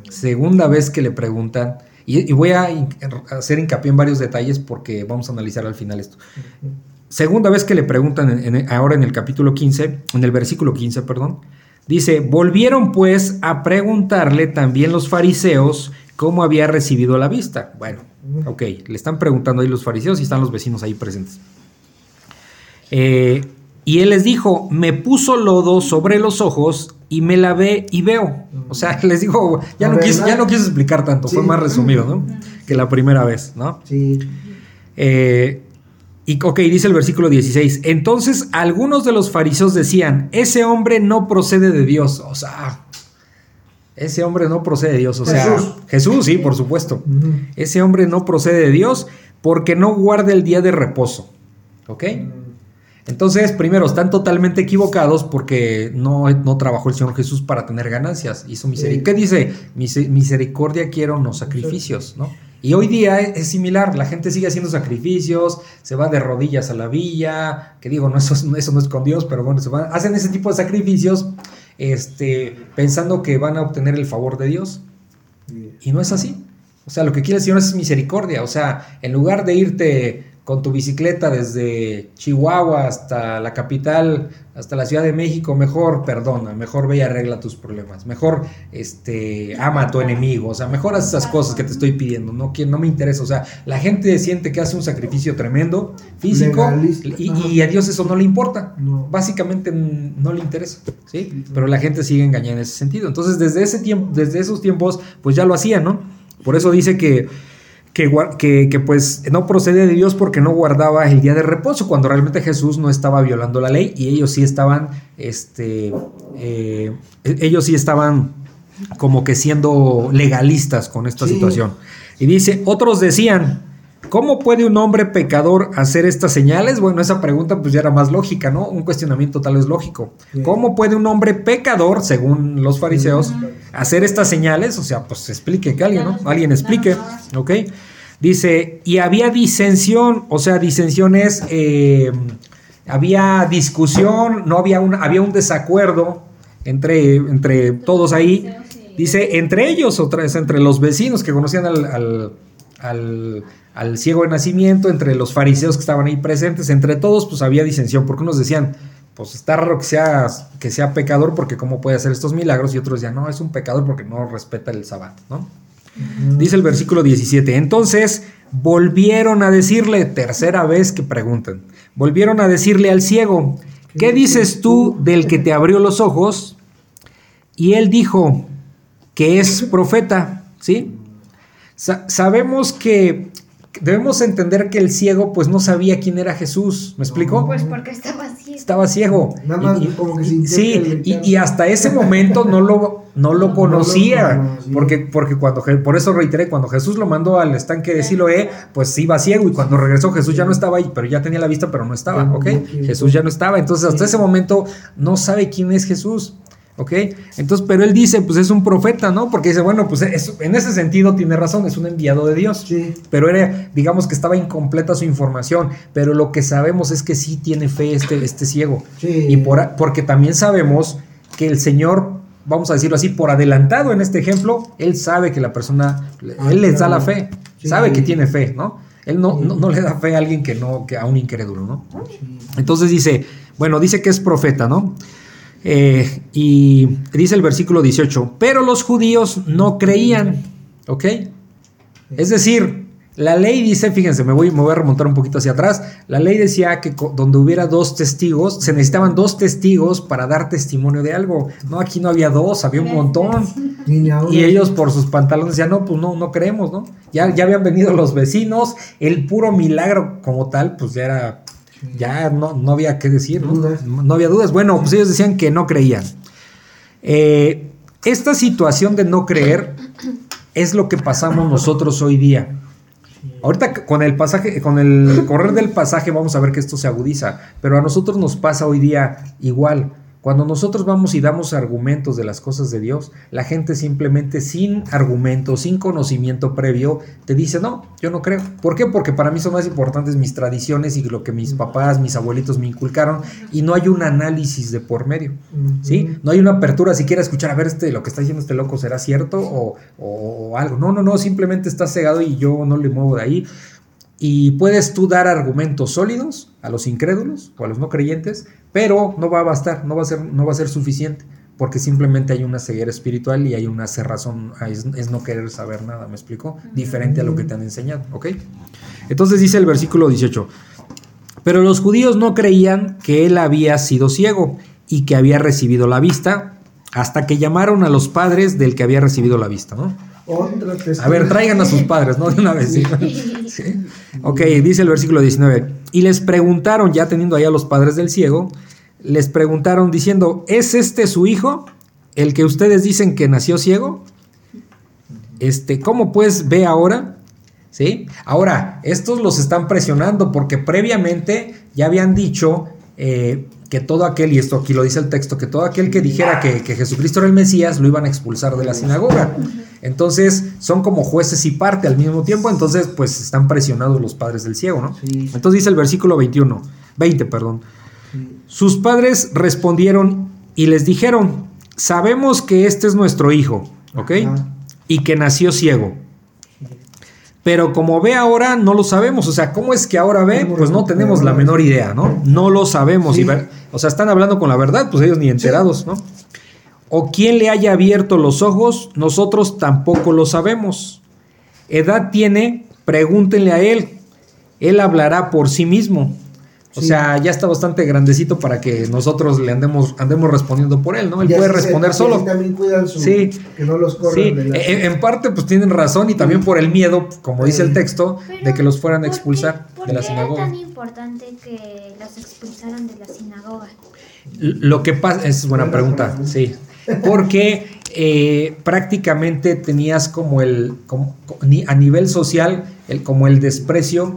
y voy a hacer hincapié en varios detalles porque vamos a analizar al final esto. Segunda vez que le preguntan ahora en el capítulo 15, en el versículo 15, dice: volvieron pues a preguntarle también los fariseos cómo había recibido la vista. Bueno, ok, le están preguntando ahí los fariseos y están los vecinos ahí presentes. Y él les dijo, me puso lodo sobre los ojos y me lavé y veo. O sea, les digo, ya no quiso explicar tanto, sí. Fue más resumido, ¿no? Que la primera vez, ¿no? Sí. Y ok, dice el versículo 16. Entonces algunos de los fariseos decían, ese hombre no procede de Dios. O sea, ese hombre no procede de Dios. O sea, Jesús, sí, por supuesto. Ese hombre no procede de Dios porque no guarda el día de reposo. ¿Ok? Entonces, primero, están totalmente equivocados porque no trabajó el Señor Jesús para tener ganancias. Hizo misericordia. ¿Qué dice? Misericordia quiero, no sacrificios, ¿no? Y hoy día es similar, la gente sigue haciendo sacrificios, se va de rodillas a la villa, que digo, no, eso no es con Dios, pero bueno, hacen ese tipo de sacrificios pensando que van a obtener el favor de Dios. Y no es así. O sea, lo que quiere el Señor es misericordia. O sea, en lugar de irte con tu bicicleta desde Chihuahua hasta la capital, hasta la Ciudad de México, mejor perdona, mejor ve y arregla tus problemas, mejor ama a tu enemigo, o sea, mejor haz esas cosas que te estoy pidiendo, no me interesa. O sea, la gente siente que hace un sacrificio tremendo, físico, y a Dios eso no le importa, no. Básicamente no le interesa, ¿sí? Pero la gente sigue engañada en ese sentido. Entonces, desde esos tiempos, pues ya lo hacían, ¿no? Por eso dice que pues no procede de Dios porque no guardaba el día de reposo, cuando realmente Jesús no estaba violando la ley y ellos sí estaban como que siendo legalistas con esta situación. Y dice, otros decían, ¿cómo puede un hombre pecador hacer estas señales? Bueno, esa pregunta pues ya era más lógica, ¿no? Un cuestionamiento tal vez lógico. ¿Cómo puede un hombre pecador, según los fariseos, hacer estas señales? O sea, pues explique que alguien, ¿no? Alguien explique, ¿ok? Dice, y había disensión, o sea, disensión es, había discusión, había un desacuerdo entre todos ahí. Dice, entre ellos, otra vez, entre los vecinos que conocían al ciego de nacimiento, entre los fariseos que estaban ahí presentes, entre todos, pues había disensión, porque unos decían, pues está raro que sea pecador porque cómo puede hacer estos milagros, y otros decían, no, es un pecador porque no respeta el sábado, ¿no? Dice el versículo 17, entonces volvieron a decirle, tercera vez que preguntan, volvieron a decirle al ciego, ¿qué dices tú del que te abrió los ojos? Y él dijo que es profeta, ¿sí? Sabemos que debemos entender que el ciego pues no sabía quién era Jesús, ¿me explico? Pues porque estaba ciego. Estaba ciego. Nada más como que y hasta ese momento no lo conocía, porque cuando, por eso reiteré, cuando Jesús lo mandó al estanque de Siloé, pues iba ciego, y cuando regresó Jesús ya no estaba ahí, pero ya tenía la vista, pero no estaba, ¿ok? Jesús ya no estaba, entonces hasta ese momento no sabe quién es Jesús. ¿Ok? Entonces, pero él dice, pues es un profeta, ¿no? Porque dice, bueno, pues en ese sentido tiene razón, es un enviado de Dios. Sí. Pero digamos que estaba incompleta su información, pero lo que sabemos es que sí tiene fe este ciego. Sí. Y porque también sabemos que el Señor, vamos a decirlo así, por adelantado en este ejemplo, él sabe que la persona, él les da la fe, sabe que tiene fe, ¿no? Él no le da fe a alguien que a un incrédulo, ¿no? Sí. Entonces dice que es profeta, ¿no? Y dice el versículo 18, pero los judíos no creían, ¿ok? Es decir, la ley dice, fíjense, me voy a remontar un poquito hacia atrás, la ley decía que donde hubiera 2 testigos, se necesitaban 2 testigos para dar testimonio de algo. No, aquí no había 2, había un montón. Y ellos por sus pantalones decían, no, pues no creemos, ¿no? Ya habían venido los vecinos, el puro milagro como tal, pues ya era... Ya no había qué decir, ¿no? No había dudas. Bueno, pues ellos decían que no creían. Esta situación de no creer es lo que pasamos nosotros hoy día. Ahorita con el correr del pasaje vamos a ver que esto se agudiza, pero a nosotros nos pasa hoy día igual. Cuando nosotros vamos y damos argumentos de las cosas de Dios, la gente simplemente sin argumento, sin conocimiento previo, te dice, no, yo no creo. ¿Por qué? Porque para mí son más importantes mis tradiciones y lo que mis papás, mis abuelitos me inculcaron, y no hay un análisis de por medio, ¿sí? No hay una apertura siquiera a escuchar, a ver, lo que está diciendo este loco, ¿será cierto o algo? No, simplemente está cegado y yo no le muevo de ahí. Y puedes tú dar argumentos sólidos a los incrédulos o a los no creyentes, pero no va a bastar, no va a ser suficiente. porque simplemente hay una ceguera espiritual y hay una cerrazón, es no querer saber nada, ¿me explico? Diferente a lo que te han enseñado, ¿ok? Entonces dice el versículo 18, pero los judíos no creían que él había sido ciego y que había recibido la vista, hasta que llamaron a los padres del que había recibido la vista, ¿no? A ver, traigan a sus padres, ¿no? De una vez, ¿sí? ¿Sí? Ok, dice el versículo 19, y les preguntaron, ya teniendo ahí a los padres del ciego, les preguntaron diciendo, ¿es este su hijo, el que ustedes dicen que nació ciego? ¿Cómo pues ve ahora? ¿Sí? Ahora, estos los están presionando porque previamente ya habían dicho que todo aquel, y esto aquí lo dice el texto, que todo aquel que dijera que Jesucristo era el Mesías, lo iban a expulsar de la sinagoga. Entonces, son como jueces y parte al mismo tiempo, entonces, pues, están presionados los padres del ciego, ¿no? Sí. Entonces dice el versículo 20, perdón. Sí. Sus padres respondieron y les dijeron, sabemos que este es nuestro hijo, ¿ok? Y que nació ciego. Pero como ve ahora, no lo sabemos. O sea, ¿cómo es que ahora ve? Pues no tenemos la menor idea, ¿no? No lo sabemos. Sí. O sea, están hablando con la verdad, pues ellos ni enterados, ¿no? O quién le haya abierto los ojos, nosotros tampoco lo sabemos. Edad tiene, pregúntenle a él. Él hablará por sí mismo. O sea, ya está bastante grandecito para que nosotros le andemos respondiendo por él, ¿no? Él puede responder solo. También cuidan que no los corran. Sí, en parte pues tienen razón y también por el miedo, como dice el texto, de que los fueran a expulsar de la sinagoga. ¿Por qué era tan importante que los expulsaran de la sinagoga? Lo que pasa, es buena pregunta, sí. Porque prácticamente tenías a nivel social, como el desprecio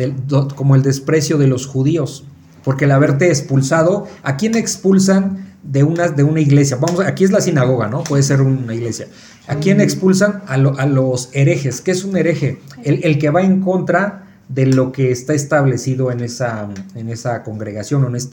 de los judíos, porque el haberte expulsado, ¿a quién expulsan de una iglesia? Aquí es la sinagoga, ¿no? Puede ser una iglesia. ¿A quién expulsan? A los herejes. ¿Qué es un hereje? El que va en contra de lo que está establecido en esa congregación, o en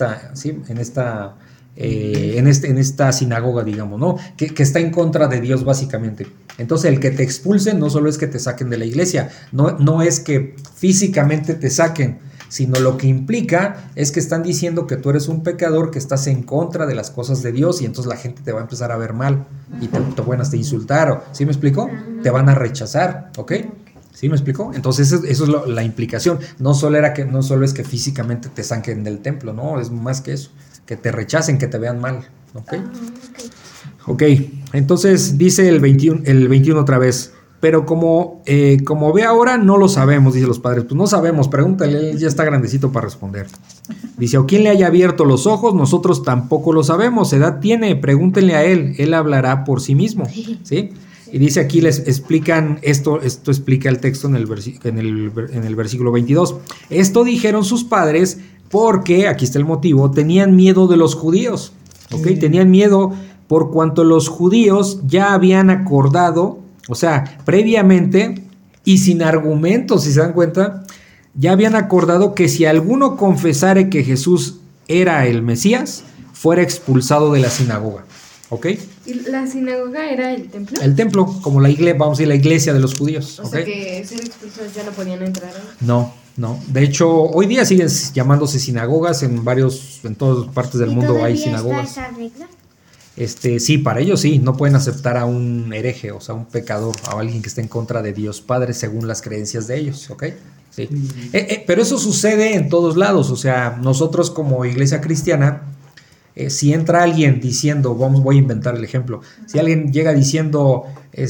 esta sinagoga, digamos, ¿no? Que está en contra de Dios, básicamente. Entonces, el que te expulsen no solo es que te saquen de la iglesia, no es que físicamente te saquen, sino lo que implica es que están diciendo que tú eres un pecador, que estás en contra de las cosas de Dios, y entonces la gente te va a empezar a ver mal y te van a insultar, ¿sí me explico? Te van a rechazar, ¿ok? ¿Sí me explico? Entonces eso es la implicación. No solo es que físicamente te saquen del templo, no, es más que eso, que te rechacen, que te vean mal, ¿ok? Ok, entonces dice el 21 otra vez, pero como ve ahora, no lo sabemos, dice los padres. Pues no sabemos, pregúntale, él ya está grandecito para responder. Dice, o quién le haya abierto los ojos, nosotros tampoco lo sabemos, edad tiene, pregúntenle a él hablará por sí mismo, ¿sí? Y dice aquí, les explican esto explica el texto en el versículo 22. Esto dijeron sus padres porque, aquí está el motivo, tenían miedo de los judíos, ¿ok? Tenían miedo por cuanto los judíos ya habían acordado, o sea, previamente y sin argumentos, si se dan cuenta, ya habían acordado que si alguno confesare que Jesús era el Mesías, fuera expulsado de la sinagoga, ¿ok? ¿Y la sinagoga era el templo? El templo, como la iglesia de los judíos. O sea que ser expulsados ya no podían entrar, ¿no? No. De hecho, hoy día siguen llamándose sinagogas en todas partes del mundo hay sinagogas. ¿Está esa regla? Sí, para ellos sí, no pueden aceptar a un hereje, o sea, un pecador, a alguien que esté en contra de Dios Padre según las creencias de ellos, ¿ok? Sí. Pero eso sucede en todos lados, o sea, nosotros como iglesia cristiana, si entra alguien diciendo, voy a inventar el ejemplo, si alguien llega diciendo,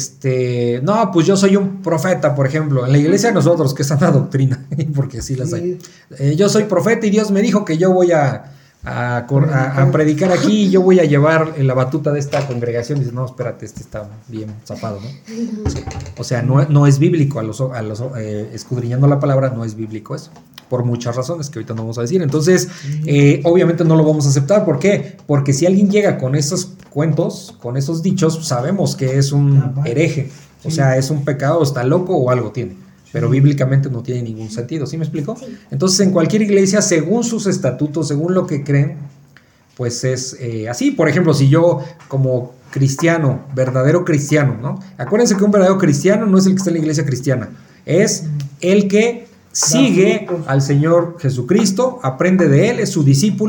no, pues yo soy un profeta, por ejemplo, en la iglesia de nosotros, que es sana doctrina, porque sí las hay, yo soy profeta y Dios me dijo que yo voy a predicar aquí y yo voy a llevar la batuta de esta congregación. Dice, no, espérate, está bien zafado, ¿no? Sí. O sea, no es bíblico, escudriñando la palabra, no es bíblico eso, por muchas razones que ahorita no vamos a decir. Entonces, obviamente no lo vamos a aceptar. ¿Por qué? Porque si alguien llega con esos cuentos, con esos dichos, sabemos que es un hereje, o sea, es un pecado, está loco o algo tiene. Pero bíblicamente no tiene ningún sentido, ¿sí me explico? Sí. Entonces, en cualquier iglesia, según sus estatutos, según lo que creen, pues es así. Por ejemplo, si yo como cristiano, verdadero cristiano, ¿no? Acuérdense que un verdadero cristiano no es el que está en la iglesia cristiana, es el que sigue al Señor Jesucristo, aprende de Él, es su discípulo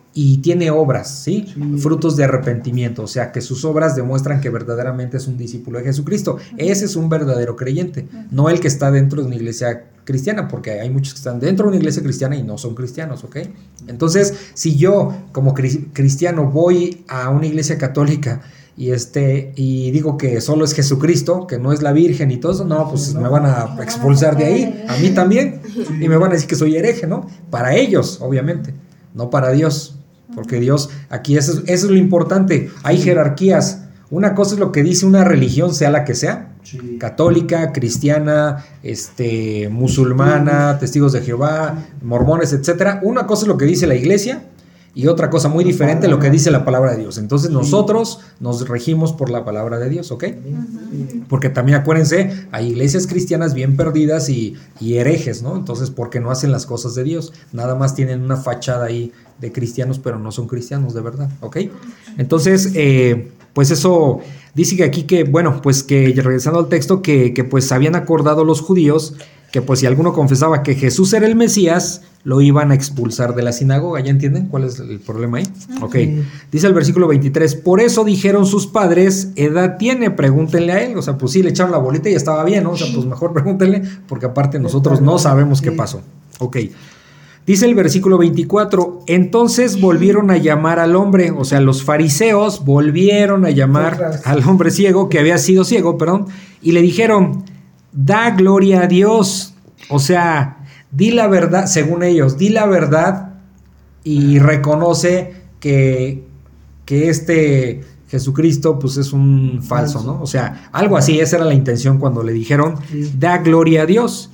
y tiene obras, ¿sí? Sí. Frutos de arrepentimiento, o sea, que sus obras demuestran que verdaderamente es un discípulo de Jesucristo. Ese es un verdadero creyente, no el que está dentro de una iglesia cristiana, porque hay muchos que están dentro de una iglesia cristiana y no son cristianos, ¿ok? Entonces, si yo como cristiano voy a una iglesia católica y digo que solo es Jesucristo, que no es la Virgen y todo eso, no, pues me van a expulsar de ahí, a mí también, y me van a decir que soy hereje, ¿no? Para ellos, obviamente, no para Dios, porque Dios, aquí eso es lo importante, hay jerarquías. Una cosa es lo que dice una religión, sea la que sea, Sí. católica, cristiana, musulmana, testigos de Jehová, mormones, etcétera. Una cosa es lo que dice la iglesia y otra cosa muy diferente lo que dice la palabra de Dios. Entonces nosotros nos regimos por la palabra de Dios, ¿ok? Porque también acuérdense, hay iglesias cristianas bien perdidas y herejes, ¿no? Entonces, porque no hacen las cosas de Dios, nada más tienen una fachada ahí de cristianos, pero no son cristianos de verdad, ¿ok? Entonces, pues eso dice que aquí que, bueno, pues que regresando al texto, que pues habían acordado los judíos que pues si alguno confesaba que Jesús era el Mesías, lo iban a expulsar de la sinagoga. ¿Ya entienden cuál es el problema ahí? Ok, dice el versículo 23, por eso dijeron sus padres, edad tiene, pregúntenle a él. O sea, pues sí, le echaron la bolita y estaba bien, ¿no? O sea, pues mejor pregúntenle, porque aparte nosotros no sabemos qué pasó. Ok, dice el versículo 24, entonces volvieron a llamar al hombre, o sea, los fariseos volvieron a llamar al hombre ciego, que había sido ciego, perdón, y le dijeron, da gloria a Dios, o sea, di la verdad, según ellos, di la verdad y reconoce que Jesucristo pues es un falso, ¿no? O sea, algo así, esa era la intención cuando le dijeron, da gloria a Dios.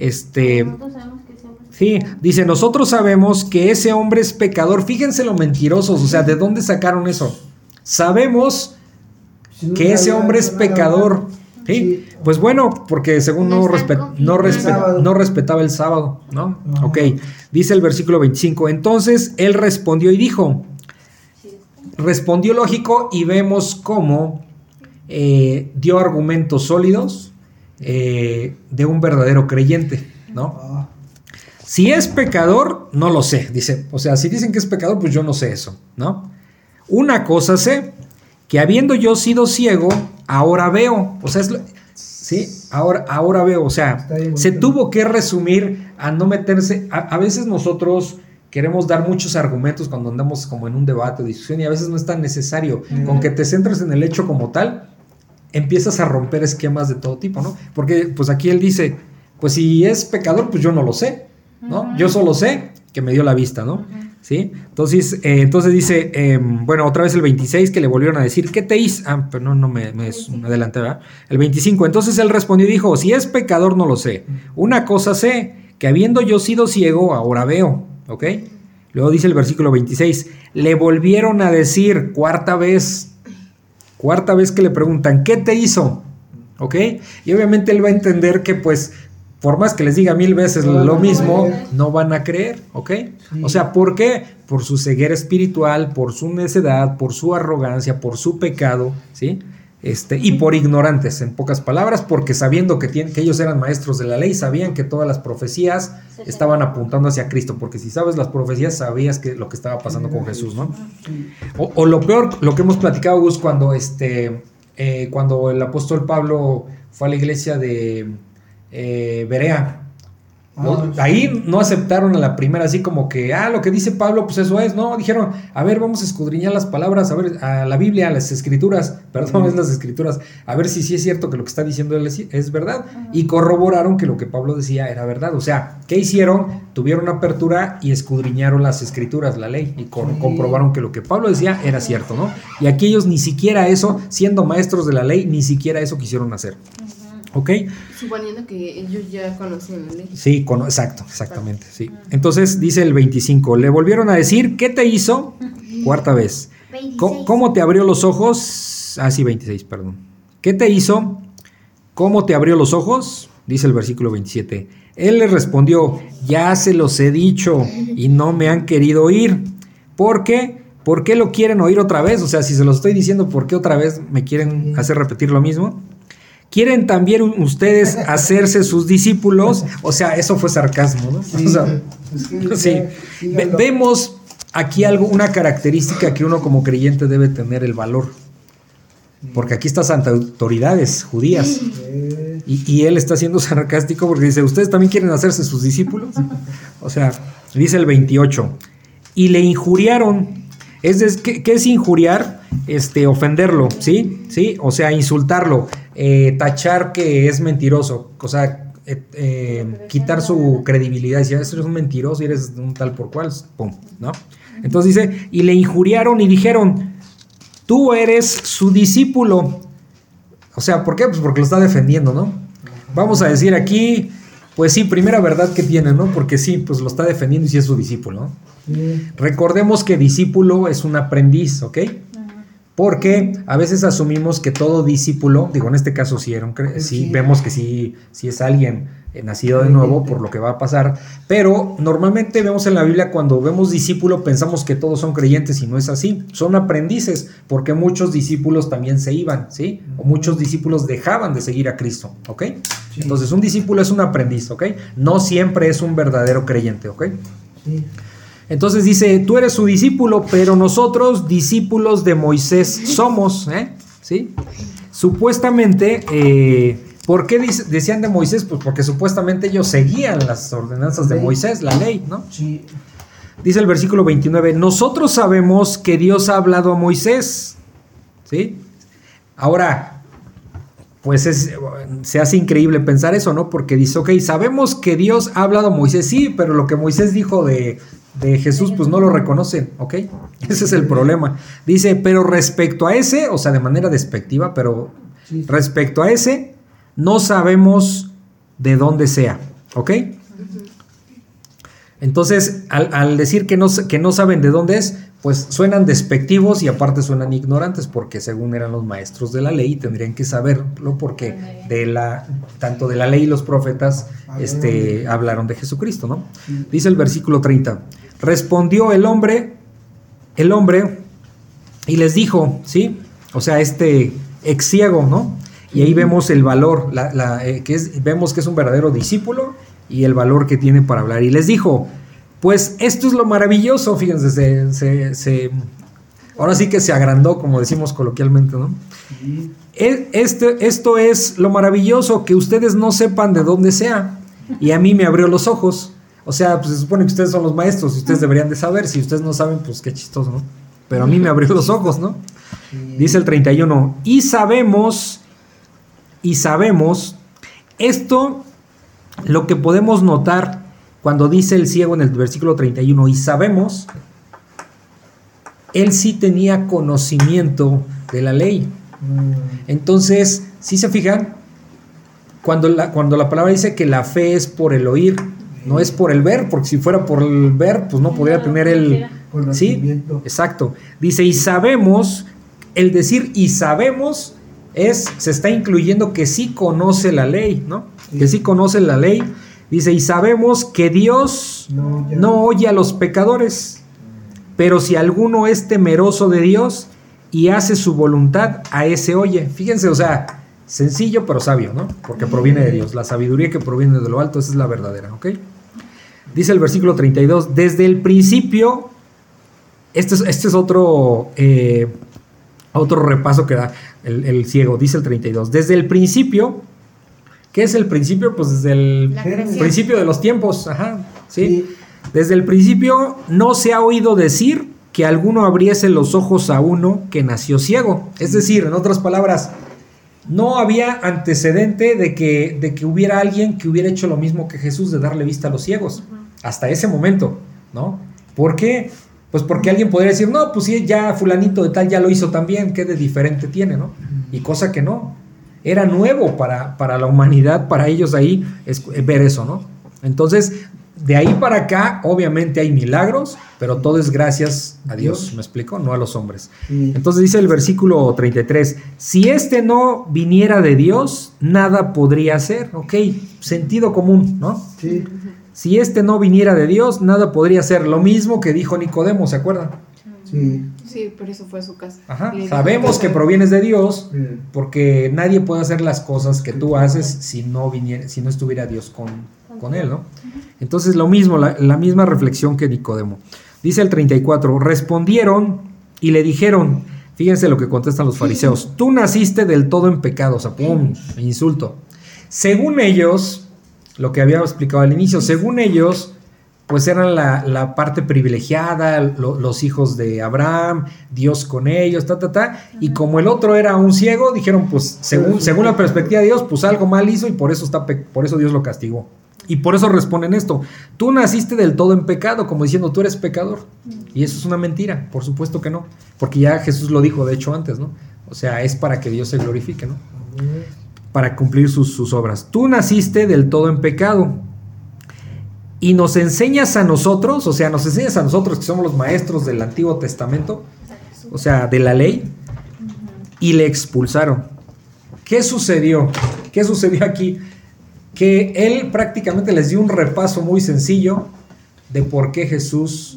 Sí, dice, nosotros sabemos que ese hombre es pecador. Fíjense lo mentirosos, o sea, ¿de dónde sacaron eso? Sabemos que ese hombre es pecador. ¿Sí? Pues bueno, porque según no respetaba el sábado, ¿no? Ajá. Ok, dice el versículo 25, entonces él respondió y dijo, respondió lógico y vemos cómo dio argumentos sólidos de un verdadero creyente, ¿no? Si es pecador, no lo sé, dice, o sea, si dicen que es pecador, pues yo no sé eso, ¿no? Una cosa sé, que habiendo yo sido ciego, ahora veo, o sea, sí, ahora veo, o sea, se tuvo que resumir a no meterse, a veces nosotros queremos dar muchos argumentos cuando andamos como en un debate o discusión y a veces no es tan necesario, con que te centres en el hecho como tal, empiezas a romper esquemas de todo tipo, ¿no? Porque pues aquí él dice, pues si es pecador, pues yo no lo sé, ¿no? Yo solo sé que me dio la vista, ¿no? ¿Sí? Entonces dice, bueno, otra vez el 26 que le volvieron a decir, ¿qué te hizo? Ah, pero no me adelanté, ¿verdad? El 25, entonces él respondió y dijo, si es pecador no lo sé. Una cosa sé, que habiendo yo sido ciego, ahora veo, ¿ok? Luego dice el versículo 26, le volvieron a decir, cuarta vez que le preguntan, ¿qué te hizo? ¿Ok? Y obviamente él va a entender que pues por más que les diga 1000 veces lo mismo, no van a creer, ¿ok? Sí. O sea, ¿por qué? Por su ceguera espiritual, por su necedad, por su arrogancia, por su pecado, ¿sí? Y por ignorantes, en pocas palabras, porque sabiendo que ellos eran maestros de la ley, sabían que todas las profecías estaban apuntando hacia Cristo, porque si sabes las profecías, sabías que lo que estaba pasando con Jesús, ¿no? O lo peor, lo que hemos platicado, Gus, cuando el apóstol Pablo fue a la iglesia de Berea, ¿no? Ahí no aceptaron a la primera así como que lo que dice Pablo pues eso es, no, dijeron, a ver, vamos a escudriñar las palabras, a ver, a la Biblia, a las escrituras, es las escrituras, a ver si sí es cierto que lo que está diciendo él es verdad, y corroboraron que lo que Pablo decía era verdad. O sea, ¿qué hicieron? Tuvieron apertura y escudriñaron las escrituras, la ley, y comprobaron que lo que Pablo decía era cierto, ¿no? Y aquí ellos ni siquiera eso, siendo maestros de la ley, ni siquiera eso quisieron hacer. ¿Ok? Suponiendo que ellos ya conocían la ley. Sí, exactamente, sí. Entonces dice el 25, le volvieron a decir, ¿qué te hizo? Cuarta vez. ¿Cómo te abrió los ojos? Sí, 26, perdón. ¿Qué te hizo? ¿Cómo te abrió los ojos? Dice el versículo 27. Él le respondió, ya se los he dicho y no me han querido oír. ¿Por qué? ¿Por qué lo quieren oír otra vez? O sea, si se los estoy diciendo, ¿por qué otra vez me quieren hacer repetir lo mismo? ¿Quieren también ustedes hacerse sus discípulos? O sea, eso fue sarcasmo, ¿no? Sí, o sea, sí. Vemos aquí una característica que uno como creyente debe tener: el valor. Porque aquí están santas autoridades judías. Y él está siendo sarcástico porque dice: ¿ustedes también quieren hacerse sus discípulos? O sea, dice el 28. Y le injuriaron. ¿Qué es injuriar? Ofenderlo, ¿sí? ¿Sí? O sea, insultarlo, tachar que es mentiroso, o sea, quitar su credibilidad. Decir: eres un mentiroso y eres un tal por cual, pum, ¿no? Entonces dice: y le injuriaron y dijeron: tú eres su discípulo. O sea, ¿por qué? Pues porque lo está defendiendo, ¿no? Vamos a decir aquí, pues sí, primera verdad que tiene, ¿no? Porque sí, pues lo está defendiendo y sí es su discípulo, ¿no? Recordemos que discípulo es un aprendiz, ¿ok? Porque a veces asumimos que todo discípulo, digo, en este caso sí vemos que sí es alguien nacido de nuevo por lo que va a pasar, pero normalmente vemos en la Biblia, cuando vemos discípulo pensamos que todos son creyentes y no es así, son aprendices, porque muchos discípulos también se iban, ¿sí? O muchos discípulos dejaban de seguir a Cristo, ¿ok? Sí. Entonces un discípulo es un aprendiz, ¿ok? No siempre es un verdadero creyente, ¿ok? Sí. Entonces dice: tú eres su discípulo, pero nosotros discípulos de Moisés somos, ¿sí? Supuestamente, ¿por qué decían de Moisés? Pues porque supuestamente ellos seguían las ordenanzas de Moisés, la ley, ¿no? Sí. Dice el versículo 29, nosotros sabemos que Dios ha hablado a Moisés, ¿sí? Ahora, pues se hace increíble pensar eso, ¿no? Porque dice: ok, sabemos que Dios ha hablado a Moisés, sí, pero lo que Moisés dijo de Jesús, pues no lo reconocen, ¿ok? Ese es el problema. Dice: pero respecto a ese, o sea, de manera despectiva, pero sí, respecto a ese, no sabemos de dónde sea, ¿ok? Entonces, al decir que no saben de dónde es, pues suenan despectivos y aparte suenan ignorantes, porque según eran los maestros de la ley tendrían que saberlo, porque tanto de la ley y los profetas hablaron de Jesucristo, ¿no? Dice el versículo 30, respondió el hombre y les dijo, ¿sí? O sea, ex ciego, ¿no? Y ahí vemos el valor, vemos que es un verdadero discípulo y el valor que tiene para hablar. Y les dijo: pues esto es lo maravilloso, fíjense, ahora sí que se agrandó, como decimos coloquialmente, ¿no? Sí. Esto es lo maravilloso, que ustedes no sepan de dónde sea, y a mí me abrió los ojos. O sea, pues se supone que ustedes son los maestros y ustedes deberían de saber. Si ustedes no saben, pues qué chistoso, ¿no? Pero a mí me abrió los ojos, ¿no? Sí. Dice el 31, y sabemos esto, lo que podemos notar cuando dice el ciego en el versículo 31, y sabemos, él sí tenía conocimiento de la ley. Entonces, ¿sí se fijan? Cuando la palabra dice que la fe es por el oír, no es por el ver, porque si fuera por el ver, pues no podría tener el conocimiento. Sí, exacto. Dice, y sabemos, el decir y sabemos se está incluyendo que sí conoce la ley, ¿no? Sí. Que sí conoce la ley. Dice, y sabemos que Dios no oye a los pecadores, pero si alguno es temeroso de Dios y hace su voluntad, a ese oye. Fíjense, o sea, sencillo pero sabio, ¿no? Porque proviene de Dios. La sabiduría que proviene de lo alto, esa es la verdadera, ¿ok? Dice el versículo 32, desde el principio, este es otro repaso que da el ciego, dice el 32, desde el principio. ¿Qué es el principio? Pues desde el principio de los tiempos, ajá, ¿sí? Desde el principio no se ha oído decir que alguno abriese los ojos a uno que nació ciego. Es decir, en otras palabras, no había antecedente de que hubiera alguien que hubiera hecho lo mismo que Jesús, de darle vista a los ciegos, hasta ese momento, ¿no? ¿Por qué? Pues porque alguien podría decir, no, pues sí, ya fulanito de tal ya lo hizo también, ¿qué de diferente tiene, no? Y cosa que no. Era nuevo para la humanidad, para ellos ahí, ver eso, ¿no? Entonces, de ahí para acá, obviamente hay milagros, pero todo es gracias a Dios, ¿me explico? No a los hombres. Sí. Entonces dice el versículo 33, si no viniera de Dios, nada podría ser, ¿ok? Sentido común, ¿no? Sí. Si no viniera de Dios, nada podría ser. Lo mismo que dijo Nicodemo, ¿se acuerdan? Sí. Sí, por eso fue a su casa. Ajá. Sabemos que provienes de Dios, porque nadie puede hacer las cosas que tú haces si no estuviera Dios con él, ¿no? Entonces lo mismo, la misma reflexión que Nicodemo. Dice el 34, respondieron y le dijeron, fíjense lo que contestan los fariseos, tú naciste del todo en pecado, o sea, ¡pum!, insulto. Según ellos, lo que había explicado al inicio, según ellos, pues eran la parte privilegiada, los hijos de Abraham, Dios con ellos, y como el otro era un ciego, dijeron, pues, según la perspectiva de Dios, pues algo mal hizo y por eso Dios lo castigó. Y por eso responden esto, tú naciste del todo en pecado, como diciendo, tú eres pecador. Y eso es una mentira, por supuesto que no, porque ya Jesús lo dijo, de hecho, antes, ¿no? O sea, es para que Dios se glorifique, ¿no? Para cumplir sus obras. Tú naciste del todo en pecado y nos enseñas a nosotros, o sea, nos enseñas a nosotros que somos los maestros del Antiguo Testamento, o sea, de la ley, y le expulsaron. ¿Qué sucedió? ¿Qué sucedió aquí? Que él prácticamente les dio un repaso muy sencillo de por qué Jesús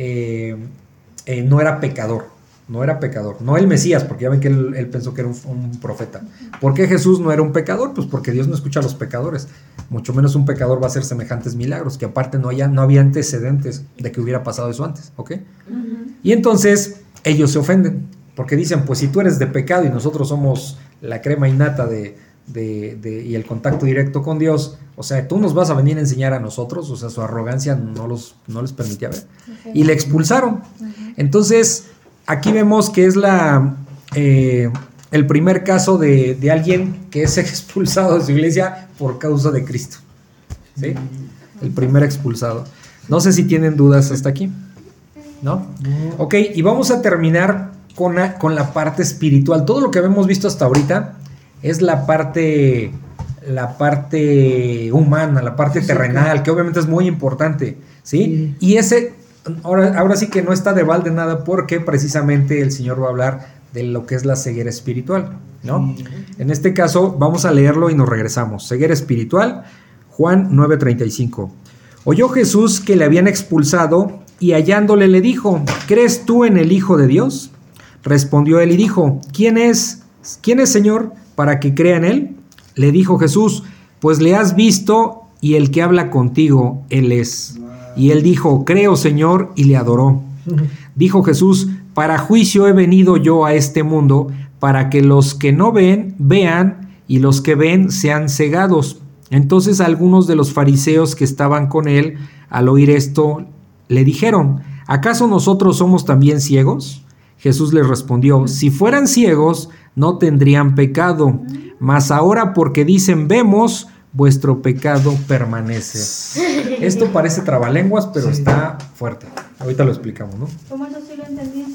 no era pecador. No era pecador, no el Mesías, porque ya ven que él pensó que era un profeta. ¿Por qué Jesús no era un pecador? Pues porque Dios no escucha a los pecadores. Mucho menos un pecador va a hacer semejantes milagros, que aparte no había antecedentes de que hubiera pasado eso antes, ¿ok? Y entonces ellos se ofenden, porque dicen, pues si tú eres de pecado y nosotros somos la crema innata y el contacto directo con Dios, o sea, tú nos vas a venir a enseñar a nosotros, o sea, su arrogancia no les permitía ver. Y le expulsaron. Entonces, aquí vemos que es el primer caso de alguien que es expulsado de su iglesia por causa de Cristo. ¿Sí? El primer expulsado. No sé si tienen dudas hasta aquí. ¿No? Ok, y vamos a terminar con la parte espiritual. Todo lo que hemos visto hasta ahora es la parte humana, la parte terrenal, que obviamente es muy importante, ¿sí? Y ahora sí que no está de balde nada, porque precisamente el Señor va a hablar de lo que es la ceguera espiritual, ¿no? En este caso vamos a leerlo y nos regresamos. Ceguera espiritual, Juan 9:35. Oyó Jesús que le habían expulsado y hallándole le dijo, ¿crees tú en el Hijo de Dios? Respondió él y dijo, ¿quién es, Señor, para que crea en él? Le dijo Jesús, pues le has visto y el que habla contigo, él es. Y él dijo, creo, Señor, y le adoró. Dijo Jesús, para juicio he venido yo a este mundo, para que los que no ven, vean, y los que ven sean cegados. Entonces algunos de los fariseos que estaban con él, al oír esto, le dijeron, ¿acaso nosotros somos también ciegos? Jesús les respondió, si fueran ciegos, no tendrían pecado, mas ahora porque dicen vemos, vuestro pecado permanece. Esto parece trabalenguas, pero está fuerte. Ahorita lo explicamos, ¿no? ¿Cómo eso sí lo entendían?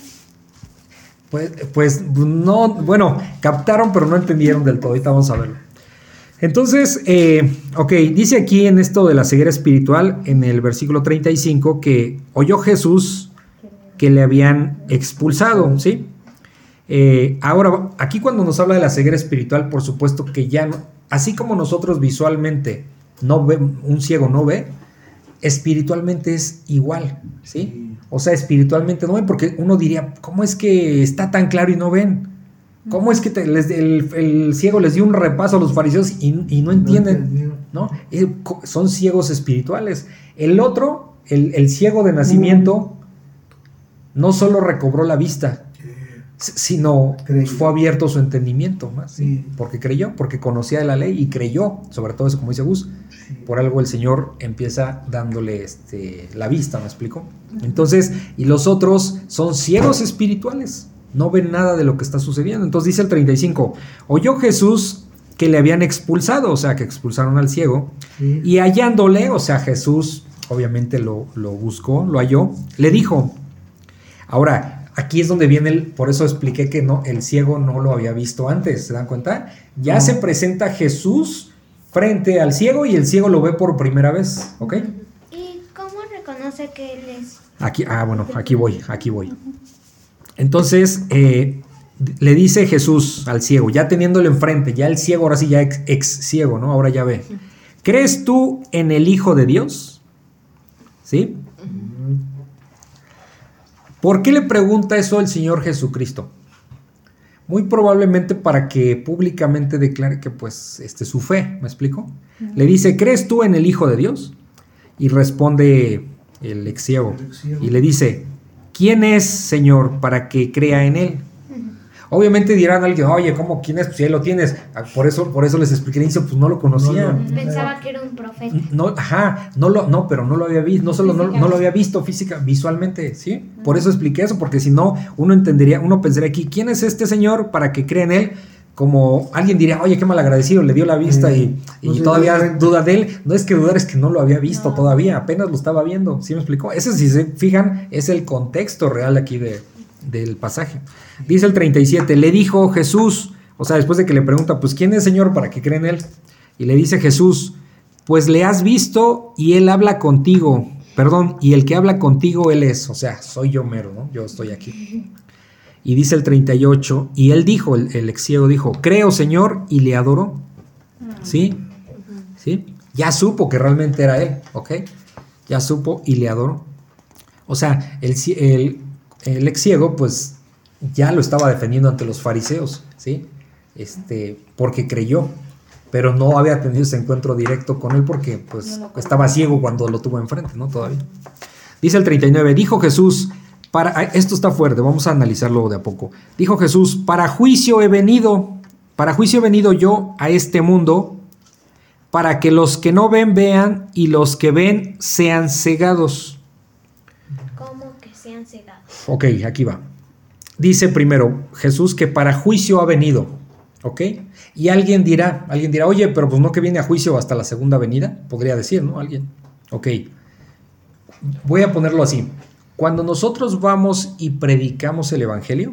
Pues no, bueno, captaron, pero no entendieron del todo. Ahorita vamos a verlo. Entonces, ok, dice aquí en esto de la ceguera espiritual, en el versículo 35, que oyó Jesús que le habían expulsado, ¿sí? Ahora, aquí cuando nos habla de la ceguera espiritual, por supuesto que ya no, así como nosotros visualmente no ve, un ciego no ve, espiritualmente es igual, ¿sí? O sea, espiritualmente no ven, porque uno diría, ¿cómo es que está tan claro y no ven? ¿Cómo es que el ciego les dio un repaso a los fariseos y no entienden? ¿No? Son ciegos espirituales. El otro, el ciego de nacimiento, no solo recobró la vista, sino fue abierto su entendimiento más, ¿sí? Porque creyó, porque conocía de la ley y creyó, sobre todo eso, como dice Gus, por algo el Señor empieza dándole la vista, ¿me explico? Entonces, y los otros son ciegos espirituales, no ven nada de lo que está sucediendo. Entonces dice el 35, oyó Jesús que le habían expulsado, o sea, que expulsaron al ciego, y hallándole, o sea, Jesús obviamente lo buscó, lo halló, le dijo, ahora, aquí es donde viene por eso expliqué que no, el ciego no lo había visto antes, ¿se dan cuenta? Ya se presenta Jesús frente al ciego y el ciego lo ve por primera vez, ¿ok? ¿Y cómo reconoce que él es? Aquí voy. Entonces, le dice Jesús al ciego, ya teniéndolo enfrente, ya el ciego, ahora sí ya ex ciego, ¿no? Ahora ya ve. ¿Crees tú en el Hijo de Dios? ¿Sí? ¿Por qué le pregunta eso el Señor Jesucristo? Muy probablemente para que públicamente declare que pues su fe, ¿me explico? Le dice, ¿crees tú en el Hijo de Dios? Y responde el ex ciego, y le dice, ¿quién es, Señor, para que crea en él? Obviamente dirán a alguien, oye, ¿cómo? ¿Quién es? Pues si ahí lo tienes. Por eso les expliqué, dice, pues no lo conocía. Pensaba que era un profeta. Pero no lo había visto, no lo había visto visualmente, ¿sí? Por eso expliqué eso, porque si no, uno pensaría aquí, ¿quién es este señor para que crea en él? Como alguien diría, oye, qué malagradecido, le dio la vista y todavía duda de él. No es que dudar, es que no lo había visto todavía, apenas lo estaba viendo, ¿sí me explicó? Ese, si se fijan, es el contexto real aquí del pasaje. Dice el 37, le dijo Jesús, o sea, después de que le pregunta, pues, ¿quién es, Señor, para que cree en él? Y le dice Jesús, pues le has visto y él habla contigo, y el que habla contigo, él es, o sea, soy yo mero, ¿no? Yo estoy aquí. Y dice el 38, y él dijo, el ex ciego dijo, creo, Señor, y le adoró. ¿Sí? Ya supo que realmente era él, ¿ok? Ya supo y le adoró. O sea, el ex ciego, pues, ya lo estaba defendiendo ante los fariseos, ¿sí? Porque creyó, pero no había tenido ese encuentro directo con él porque, pues, estaba ciego cuando lo tuvo enfrente, ¿no? Todavía. Dice el 39, dijo Jesús, esto está fuerte, vamos a analizarlo de a poco. Dijo Jesús, para juicio he venido yo a este mundo, para que los que no ven vean y los que ven sean cegados. ¿Cómo que sean cegados? Ok, aquí va. Dice primero Jesús que para juicio ha venido, ¿ok? Y alguien dirá, oye, pero pues no que viene a juicio hasta la segunda venida, podría decir, ¿no? Alguien. Ok, voy a ponerlo así. Cuando nosotros vamos y predicamos el evangelio,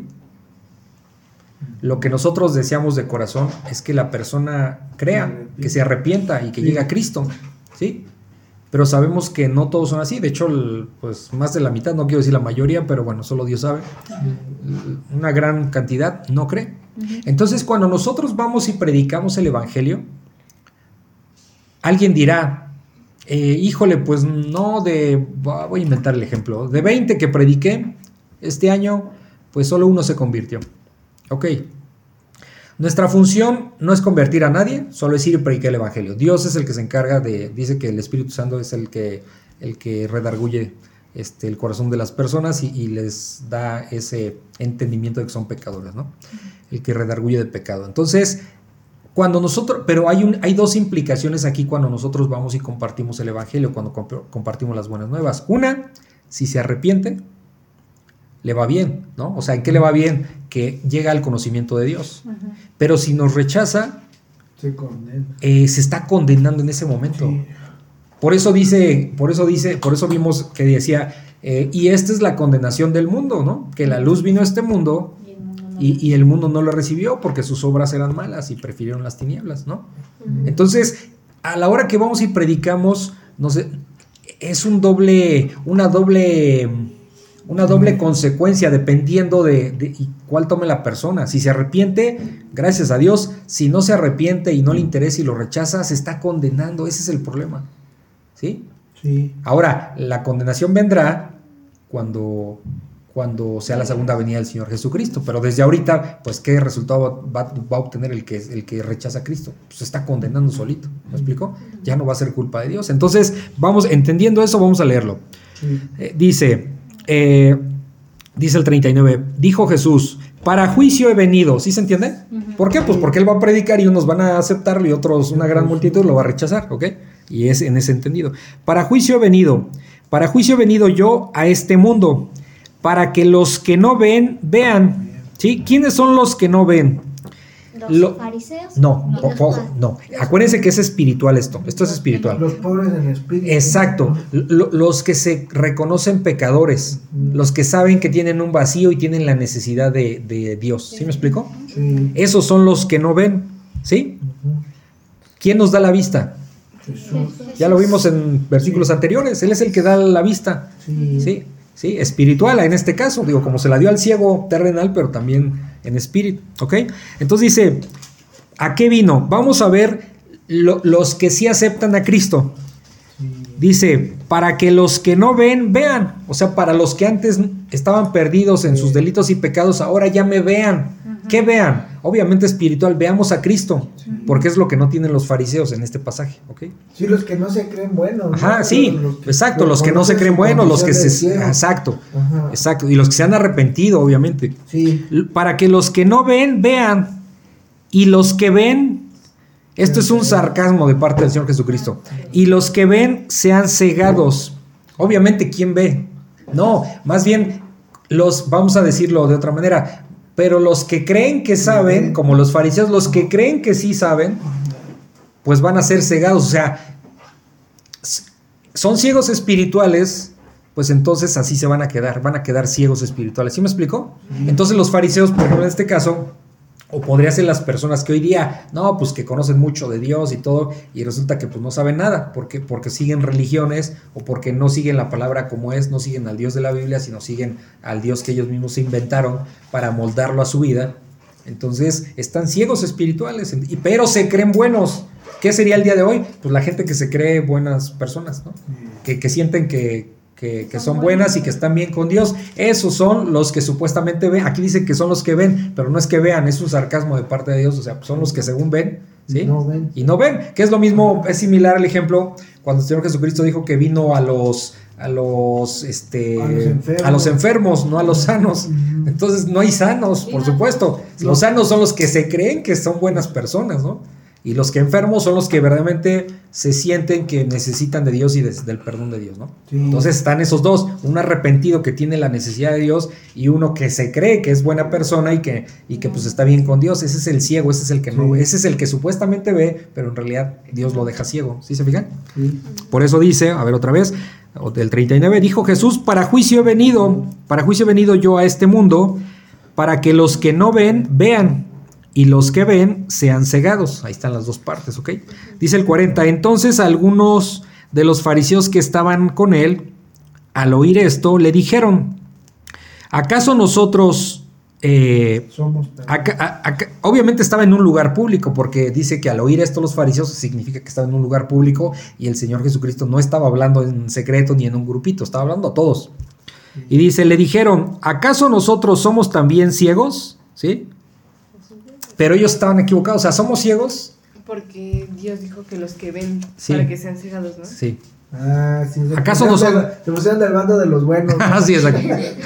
lo que nosotros deseamos de corazón es que la persona crea, que se arrepienta y que llegue a Cristo, ¿sí? Pero sabemos que no todos son así. De hecho, pues más de la mitad, no quiero decir la mayoría, pero bueno, solo Dios sabe. Una gran cantidad no cree. Entonces, cuando nosotros vamos y predicamos el evangelio, alguien dirá, híjole, pues no voy a inventar el ejemplo, de 20 que prediqué este año, pues solo uno se convirtió. Ok. Nuestra función no es convertir a nadie, solo es ir y predicar el evangelio. Dios es el que se encarga dice que el Espíritu Santo es el que redarguye el corazón de las personas y les da ese entendimiento de que son pecadores, ¿no? El que redarguye de pecado. Entonces, pero hay dos implicaciones aquí cuando nosotros vamos y compartimos el evangelio, cuando compartimos las buenas nuevas. Una, si se arrepiente, le va bien, ¿no? O sea, ¿en qué le va bien? Que llega al conocimiento de Dios. Pero si nos rechaza, se está condenando en ese momento. Sí. Por eso vimos que decía, y esta es la condenación del mundo, ¿no? Que la luz vino a este mundo y el mundo no lo recibió porque sus obras eran malas y prefirieron las tinieblas, ¿no? Entonces, a la hora que vamos y predicamos, no sé, es una doble consecuencia dependiendo de cuál tome la persona. Si se arrepiente, gracias a Dios. Si no se arrepiente y no le interesa y lo rechaza, se está condenando. Ese es el problema, ¿sí? Sí. Ahora, la condenación vendrá cuando sea la segunda venida del Señor Jesucristo. Pero desde ahorita, pues, ¿qué resultado va a obtener el que rechaza a Cristo? Pues se está condenando solito. ¿Me explico? Ya no va a ser culpa de Dios. Entonces, entendiendo eso, vamos a leerlo. Sí. Dice el 39, dijo Jesús, para juicio he venido. ¿Sí se entiende? ¿Por qué? Pues porque él va a predicar y unos van a aceptarlo y otros, una gran multitud, lo va a rechazar, ¿ok? Y es en ese entendido. Para juicio he venido yo a este mundo, para que los que no ven, vean. ¿Sí? ¿Quiénes son los que no ven? ¿Los fariseos? No. Acuérdense que es espiritual esto es espiritual. Los pobres en espíritu. Exacto. Los que se reconocen pecadores, los que saben que tienen un vacío y tienen la necesidad de Dios. ¿Sí me explico? Sí. Esos son los que no ven. ¿Sí? ¿Quién nos da la vista? Jesús. Ya lo vimos en versículos anteriores. Él es el que da la vista. Sí. ¿Sí? Espiritual en este caso, digo, como se la dio al ciego terrenal, pero también en espíritu, ¿ok? Entonces dice, ¿a qué vino? Vamos a ver los que sí aceptan a Cristo. Dice, para que los que no ven, vean. O sea, para los que antes estaban perdidos en sus delitos y pecados, ahora ya me vean. ¿Qué vean? Obviamente espiritual, veamos a Cristo, porque es lo que no tienen los fariseos en este pasaje, ¿ok? Sí, los que no se creen buenos. Ajá, ¿no? sí, exacto, los que no se creen buenos, los que se... Exacto, exacto, y los que se han arrepentido, obviamente. Sí. Para que los que no ven, vean, y los que ven... Esto es un sarcasmo de parte del Señor Jesucristo. Y los que ven sean cegados. Obviamente, ¿quién ve? No, más bien, vamos a decirlo de otra manera, pero los que creen que saben, como los fariseos, los que creen que sí saben, pues van a ser cegados. O sea, son ciegos espirituales, pues entonces así se van a quedar ciegos espirituales. ¿Sí me explico? Entonces los fariseos, por ejemplo, en este caso... O podría ser las personas que hoy día, no, pues que conocen mucho de Dios y todo, y resulta que pues no saben nada, porque siguen religiones, o porque no siguen la palabra como es, no siguen al Dios de la Biblia, sino siguen al Dios que ellos mismos se inventaron para moldarlo a su vida. Entonces están ciegos espirituales, pero se creen buenos. ¿Qué sería el día de hoy? Pues la gente que se cree buenas personas, ¿no? Que sienten que son buenas y que están bien con Dios. Esos son los que supuestamente ven. Aquí dice que son los que ven, pero no es que vean, es un sarcasmo de parte de Dios. O sea, son los que según ven, ¿sí? Y no ven, que es lo mismo, es similar al ejemplo cuando el Señor Jesucristo dijo que vino a los enfermos, no a los sanos. Entonces no hay sanos, por supuesto. Los sanos son los que se creen que son buenas personas, ¿no? Y los que enfermos son los que verdaderamente se sienten que necesitan de Dios y del perdón de Dios, ¿no? Sí. Entonces están esos dos, un arrepentido que tiene la necesidad de Dios y uno que se cree que es buena persona y que pues está bien con Dios. Ese es el ciego, ese es el que no ve, ese es el que supuestamente ve, pero en realidad Dios lo deja ciego. ¿Sí se fijan? Sí. Por eso dice, a ver otra vez, del 39, dijo Jesús, para juicio he venido yo a este mundo, para que los que no ven, vean, y los que ven sean cegados. Ahí están las dos partes, ¿ok? Dice el 40, entonces algunos de los fariseos que estaban con él, al oír esto, le dijeron, ¿acaso nosotros... obviamente estaba en un lugar público, porque dice que al oír esto los fariseos significa que estaba en un lugar público y el Señor Jesucristo no estaba hablando en secreto ni en un grupito, estaba hablando a todos. Y dice, le dijeron, ¿acaso nosotros somos también ciegos? ¿Sí? Pero ellos estaban equivocados, o sea, ¿somos ciegos? Porque Dios dijo que los que ven, para que sean cegados, ¿no? Sí. Sí. ¿Acaso nosotros... Se pusieron del bando de los buenos. Sí, exacto.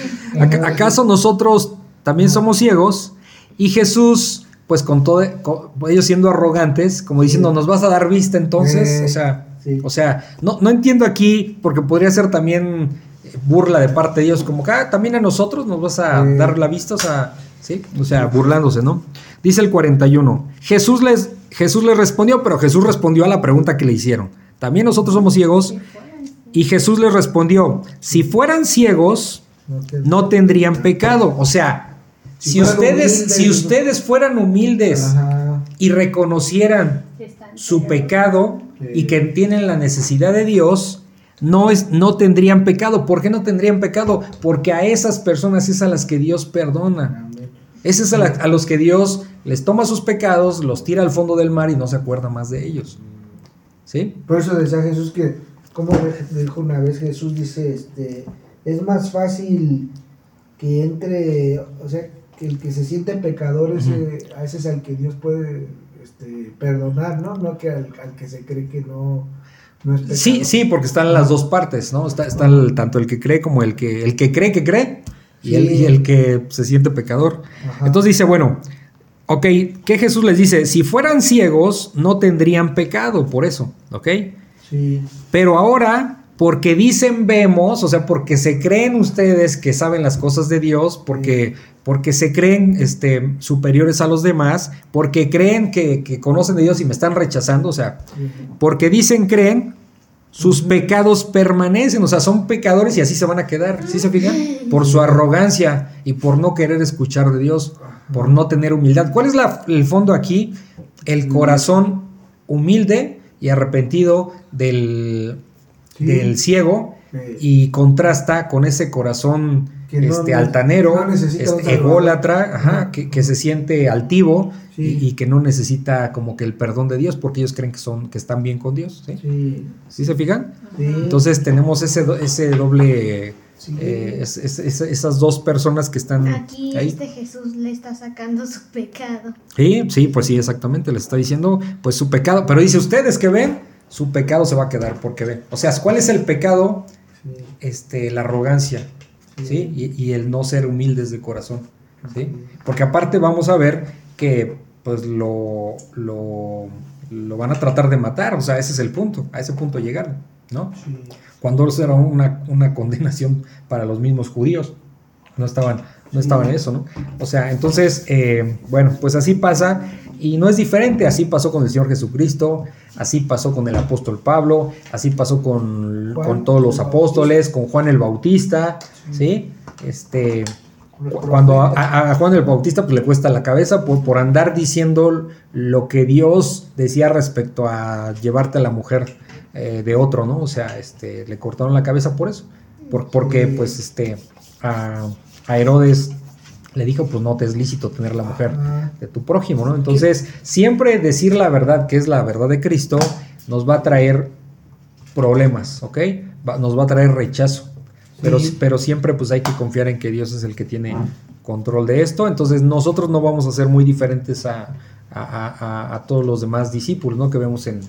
¿Acaso nosotros también somos ciegos? Y Jesús, pues con ellos siendo arrogantes, como diciendo, ¿nos vas a dar vista entonces? O sea, no entiendo aquí, porque podría ser también burla de parte de Dios, como que también a nosotros nos vas a dar la vista, o sea... ¿Sí? O sea, burlándose, ¿no? Dice el 41. Jesús les respondió, pero Jesús respondió a la pregunta que le hicieron. ¿También nosotros somos ciegos? Y Jesús les respondió, si fueran ciegos, no tendrían pecado. O sea, si ustedes fueran humildes y reconocieran su pecado y que tienen la necesidad de Dios, no tendrían pecado. ¿Por qué no tendrían pecado? Porque a esas personas es a las que Dios perdona. Ese es a los que Dios les toma sus pecados, los tira al fondo del mar y no se acuerda más de ellos. ¿Sí? Por eso decía Jesús que, como dijo una vez Jesús, dice, es más fácil que entre, o sea, que el que se siente pecador, a ese es al que Dios puede perdonar, ¿no? No que al que se cree que no es pecador. Sí, porque están las dos partes, ¿no? Está tanto el que cree como el que cree que cree. Y el que se siente pecador. Ajá. Entonces dice, bueno, ok, ¿qué Jesús les dice? Si fueran ciegos, no tendrían pecado, por eso, ¿ok? Sí. Pero ahora, porque dicen vemos, o sea, porque se creen ustedes que saben las cosas de Dios, porque se creen superiores a los demás, porque creen que conocen de Dios y me están rechazando, o sea, porque creen, sus pecados permanecen, o sea, son pecadores y así se van a quedar, ¿sí se fijan? Por su arrogancia y por no querer escuchar de Dios, por no tener humildad. ¿Cuál es el fondo aquí? El corazón humilde y arrepentido del ciego, y contrasta con ese corazón altanero, ególatra, que se siente altivo, y que no necesita como que el perdón de Dios, porque ellos creen que están bien con Dios. ¿Sí se fijan? Sí. Entonces tenemos ese doble Sí. Esas dos personas que están Aquí ahí. Jesús le está sacando su pecado. Sí, pues sí, exactamente, les está diciendo pues su pecado, pero dice, ustedes que ven, su pecado se va a quedar porque ven. O sea, ¿cuál es el pecado? Sí. La arrogancia, ¿sí? Y el no ser humildes de corazón, ¿sí? Porque aparte vamos a ver que pues lo van a tratar de matar, o sea, ese es el punto, a ese punto llegaron, ¿no? Sí. Cuando eso era una condenación para los mismos judíos, no estaban en eso, ¿no? O sea, entonces, bueno, pues así pasa, y no es diferente, así pasó con el Señor Jesucristo, así pasó con el apóstol Pablo, así pasó con todos los apóstoles, con Juan el Bautista, ¿sí? Cuando a Juan el Bautista pues le cuesta la cabeza por andar diciendo lo que Dios decía respecto a llevarte a la mujer de otro, ¿no? O sea, le cortaron la cabeza por eso, porque pues a Herodes le dijo, pues no te es lícito tener la mujer de tu prójimo, ¿no? Entonces, siempre decir la verdad, que es la verdad de Cristo, nos va a traer problemas, ¿ok? Nos va a traer rechazo. Pero siempre pues hay que confiar en que Dios es el que tiene control de esto. Entonces nosotros no vamos a ser muy diferentes a todos los demás discípulos, ¿no? Que vemos en...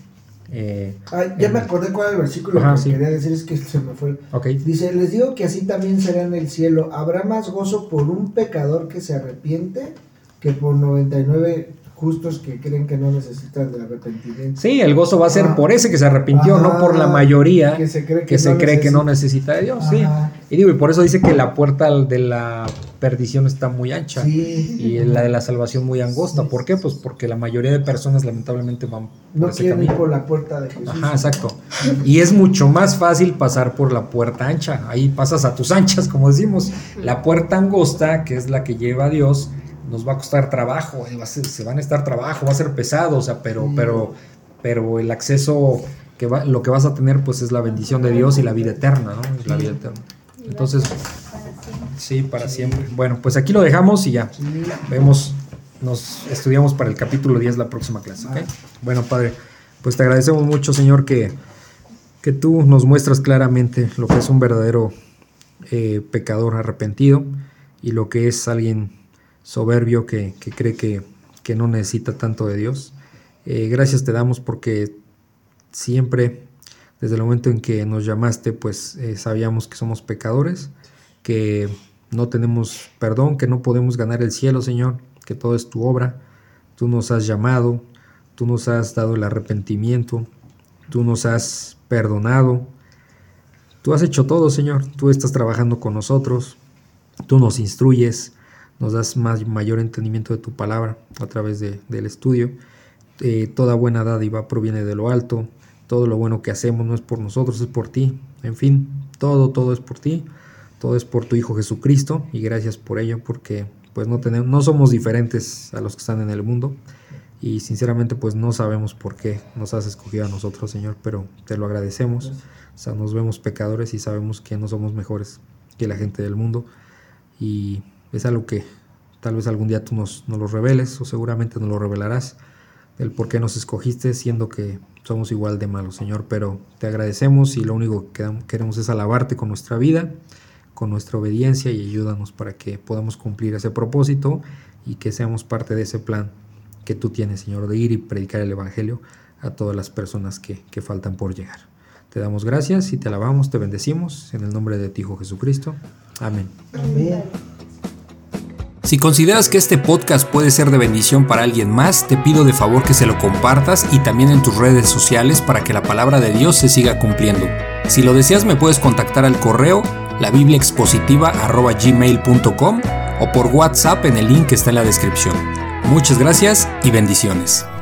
me acordé cuál es el versículo que quería decir, es que se me fue. Okay. Dice, les digo que así también será en el cielo. Habrá más gozo por un pecador que se arrepiente que por 99 justos que creen que no necesitan de arrepentimiento. Sí, el gozo va a ser por ese que se arrepintió, no por la mayoría que se cree que no necesita de Dios. Sí. Y por eso dice que la puerta de la perdición está muy ancha, y la de la salvación muy angosta. ¿Por qué? Pues porque la mayoría de personas lamentablemente van por ese camino. Ir por la puerta de Jesús. Exacto. Y es mucho más fácil pasar por la puerta ancha. Ahí pasas a tus anchas, como decimos. La puerta angosta, que es la que lleva a Dios, nos va a costar trabajo, se van a estar trabajo, va a ser pesado, o sea, pero el acceso lo que vas a tener pues es la bendición de Dios y la vida eterna, ¿no? Es la vida eterna. Entonces, sí, para siempre. Bueno, pues aquí lo dejamos y ya. Nos estudiamos para el capítulo 10 la próxima clase, ¿ok? Bueno, Padre, pues te agradecemos mucho, Señor, que tú nos muestras claramente lo que es un verdadero pecador arrepentido y lo que es alguien soberbio que cree que no necesita tanto de Dios. Gracias te damos porque siempre, desde el momento en que nos llamaste, pues sabíamos que somos pecadores, que no tenemos perdón, que no podemos ganar el cielo, Señor, que todo es tu obra. Tú nos has llamado, tú nos has dado el arrepentimiento, tú nos has perdonado, tú has hecho todo, Señor. Tú estás trabajando con nosotros, tú nos instruyes, nos das mayor entendimiento de tu palabra a través del estudio. Toda buena dádiva proviene de lo alto. Todo lo bueno que hacemos no es por nosotros, es por ti. En fin, todo es por ti. Todo es por tu Hijo Jesucristo. Y gracias por ello, porque pues no somos diferentes a los que están en el mundo. Y sinceramente pues no sabemos por qué nos has escogido a nosotros, Señor, pero te lo agradecemos. O sea, nos vemos pecadores y sabemos que no somos mejores que la gente del mundo. Y es algo que tal vez algún día tú nos lo reveles, o seguramente nos lo revelarás, el por qué nos escogiste, siendo que somos igual de malos, Señor. Pero te agradecemos y lo único que queremos es alabarte con nuestra vida, con nuestra obediencia, y ayúdanos para que podamos cumplir ese propósito y que seamos parte de ese plan que tú tienes, Señor, de ir y predicar el Evangelio a todas las personas que faltan por llegar. Te damos gracias y te alabamos, te bendecimos en el nombre de tu Hijo Jesucristo. Amén. Amén. Si consideras que este podcast puede ser de bendición para alguien más, te pido de favor que se lo compartas y también en tus redes sociales para que la palabra de Dios se siga cumpliendo. Si lo deseas, me puedes contactar al correo labibliaexpositiva@gmail.com o por WhatsApp en el link que está en la descripción. Muchas gracias y bendiciones.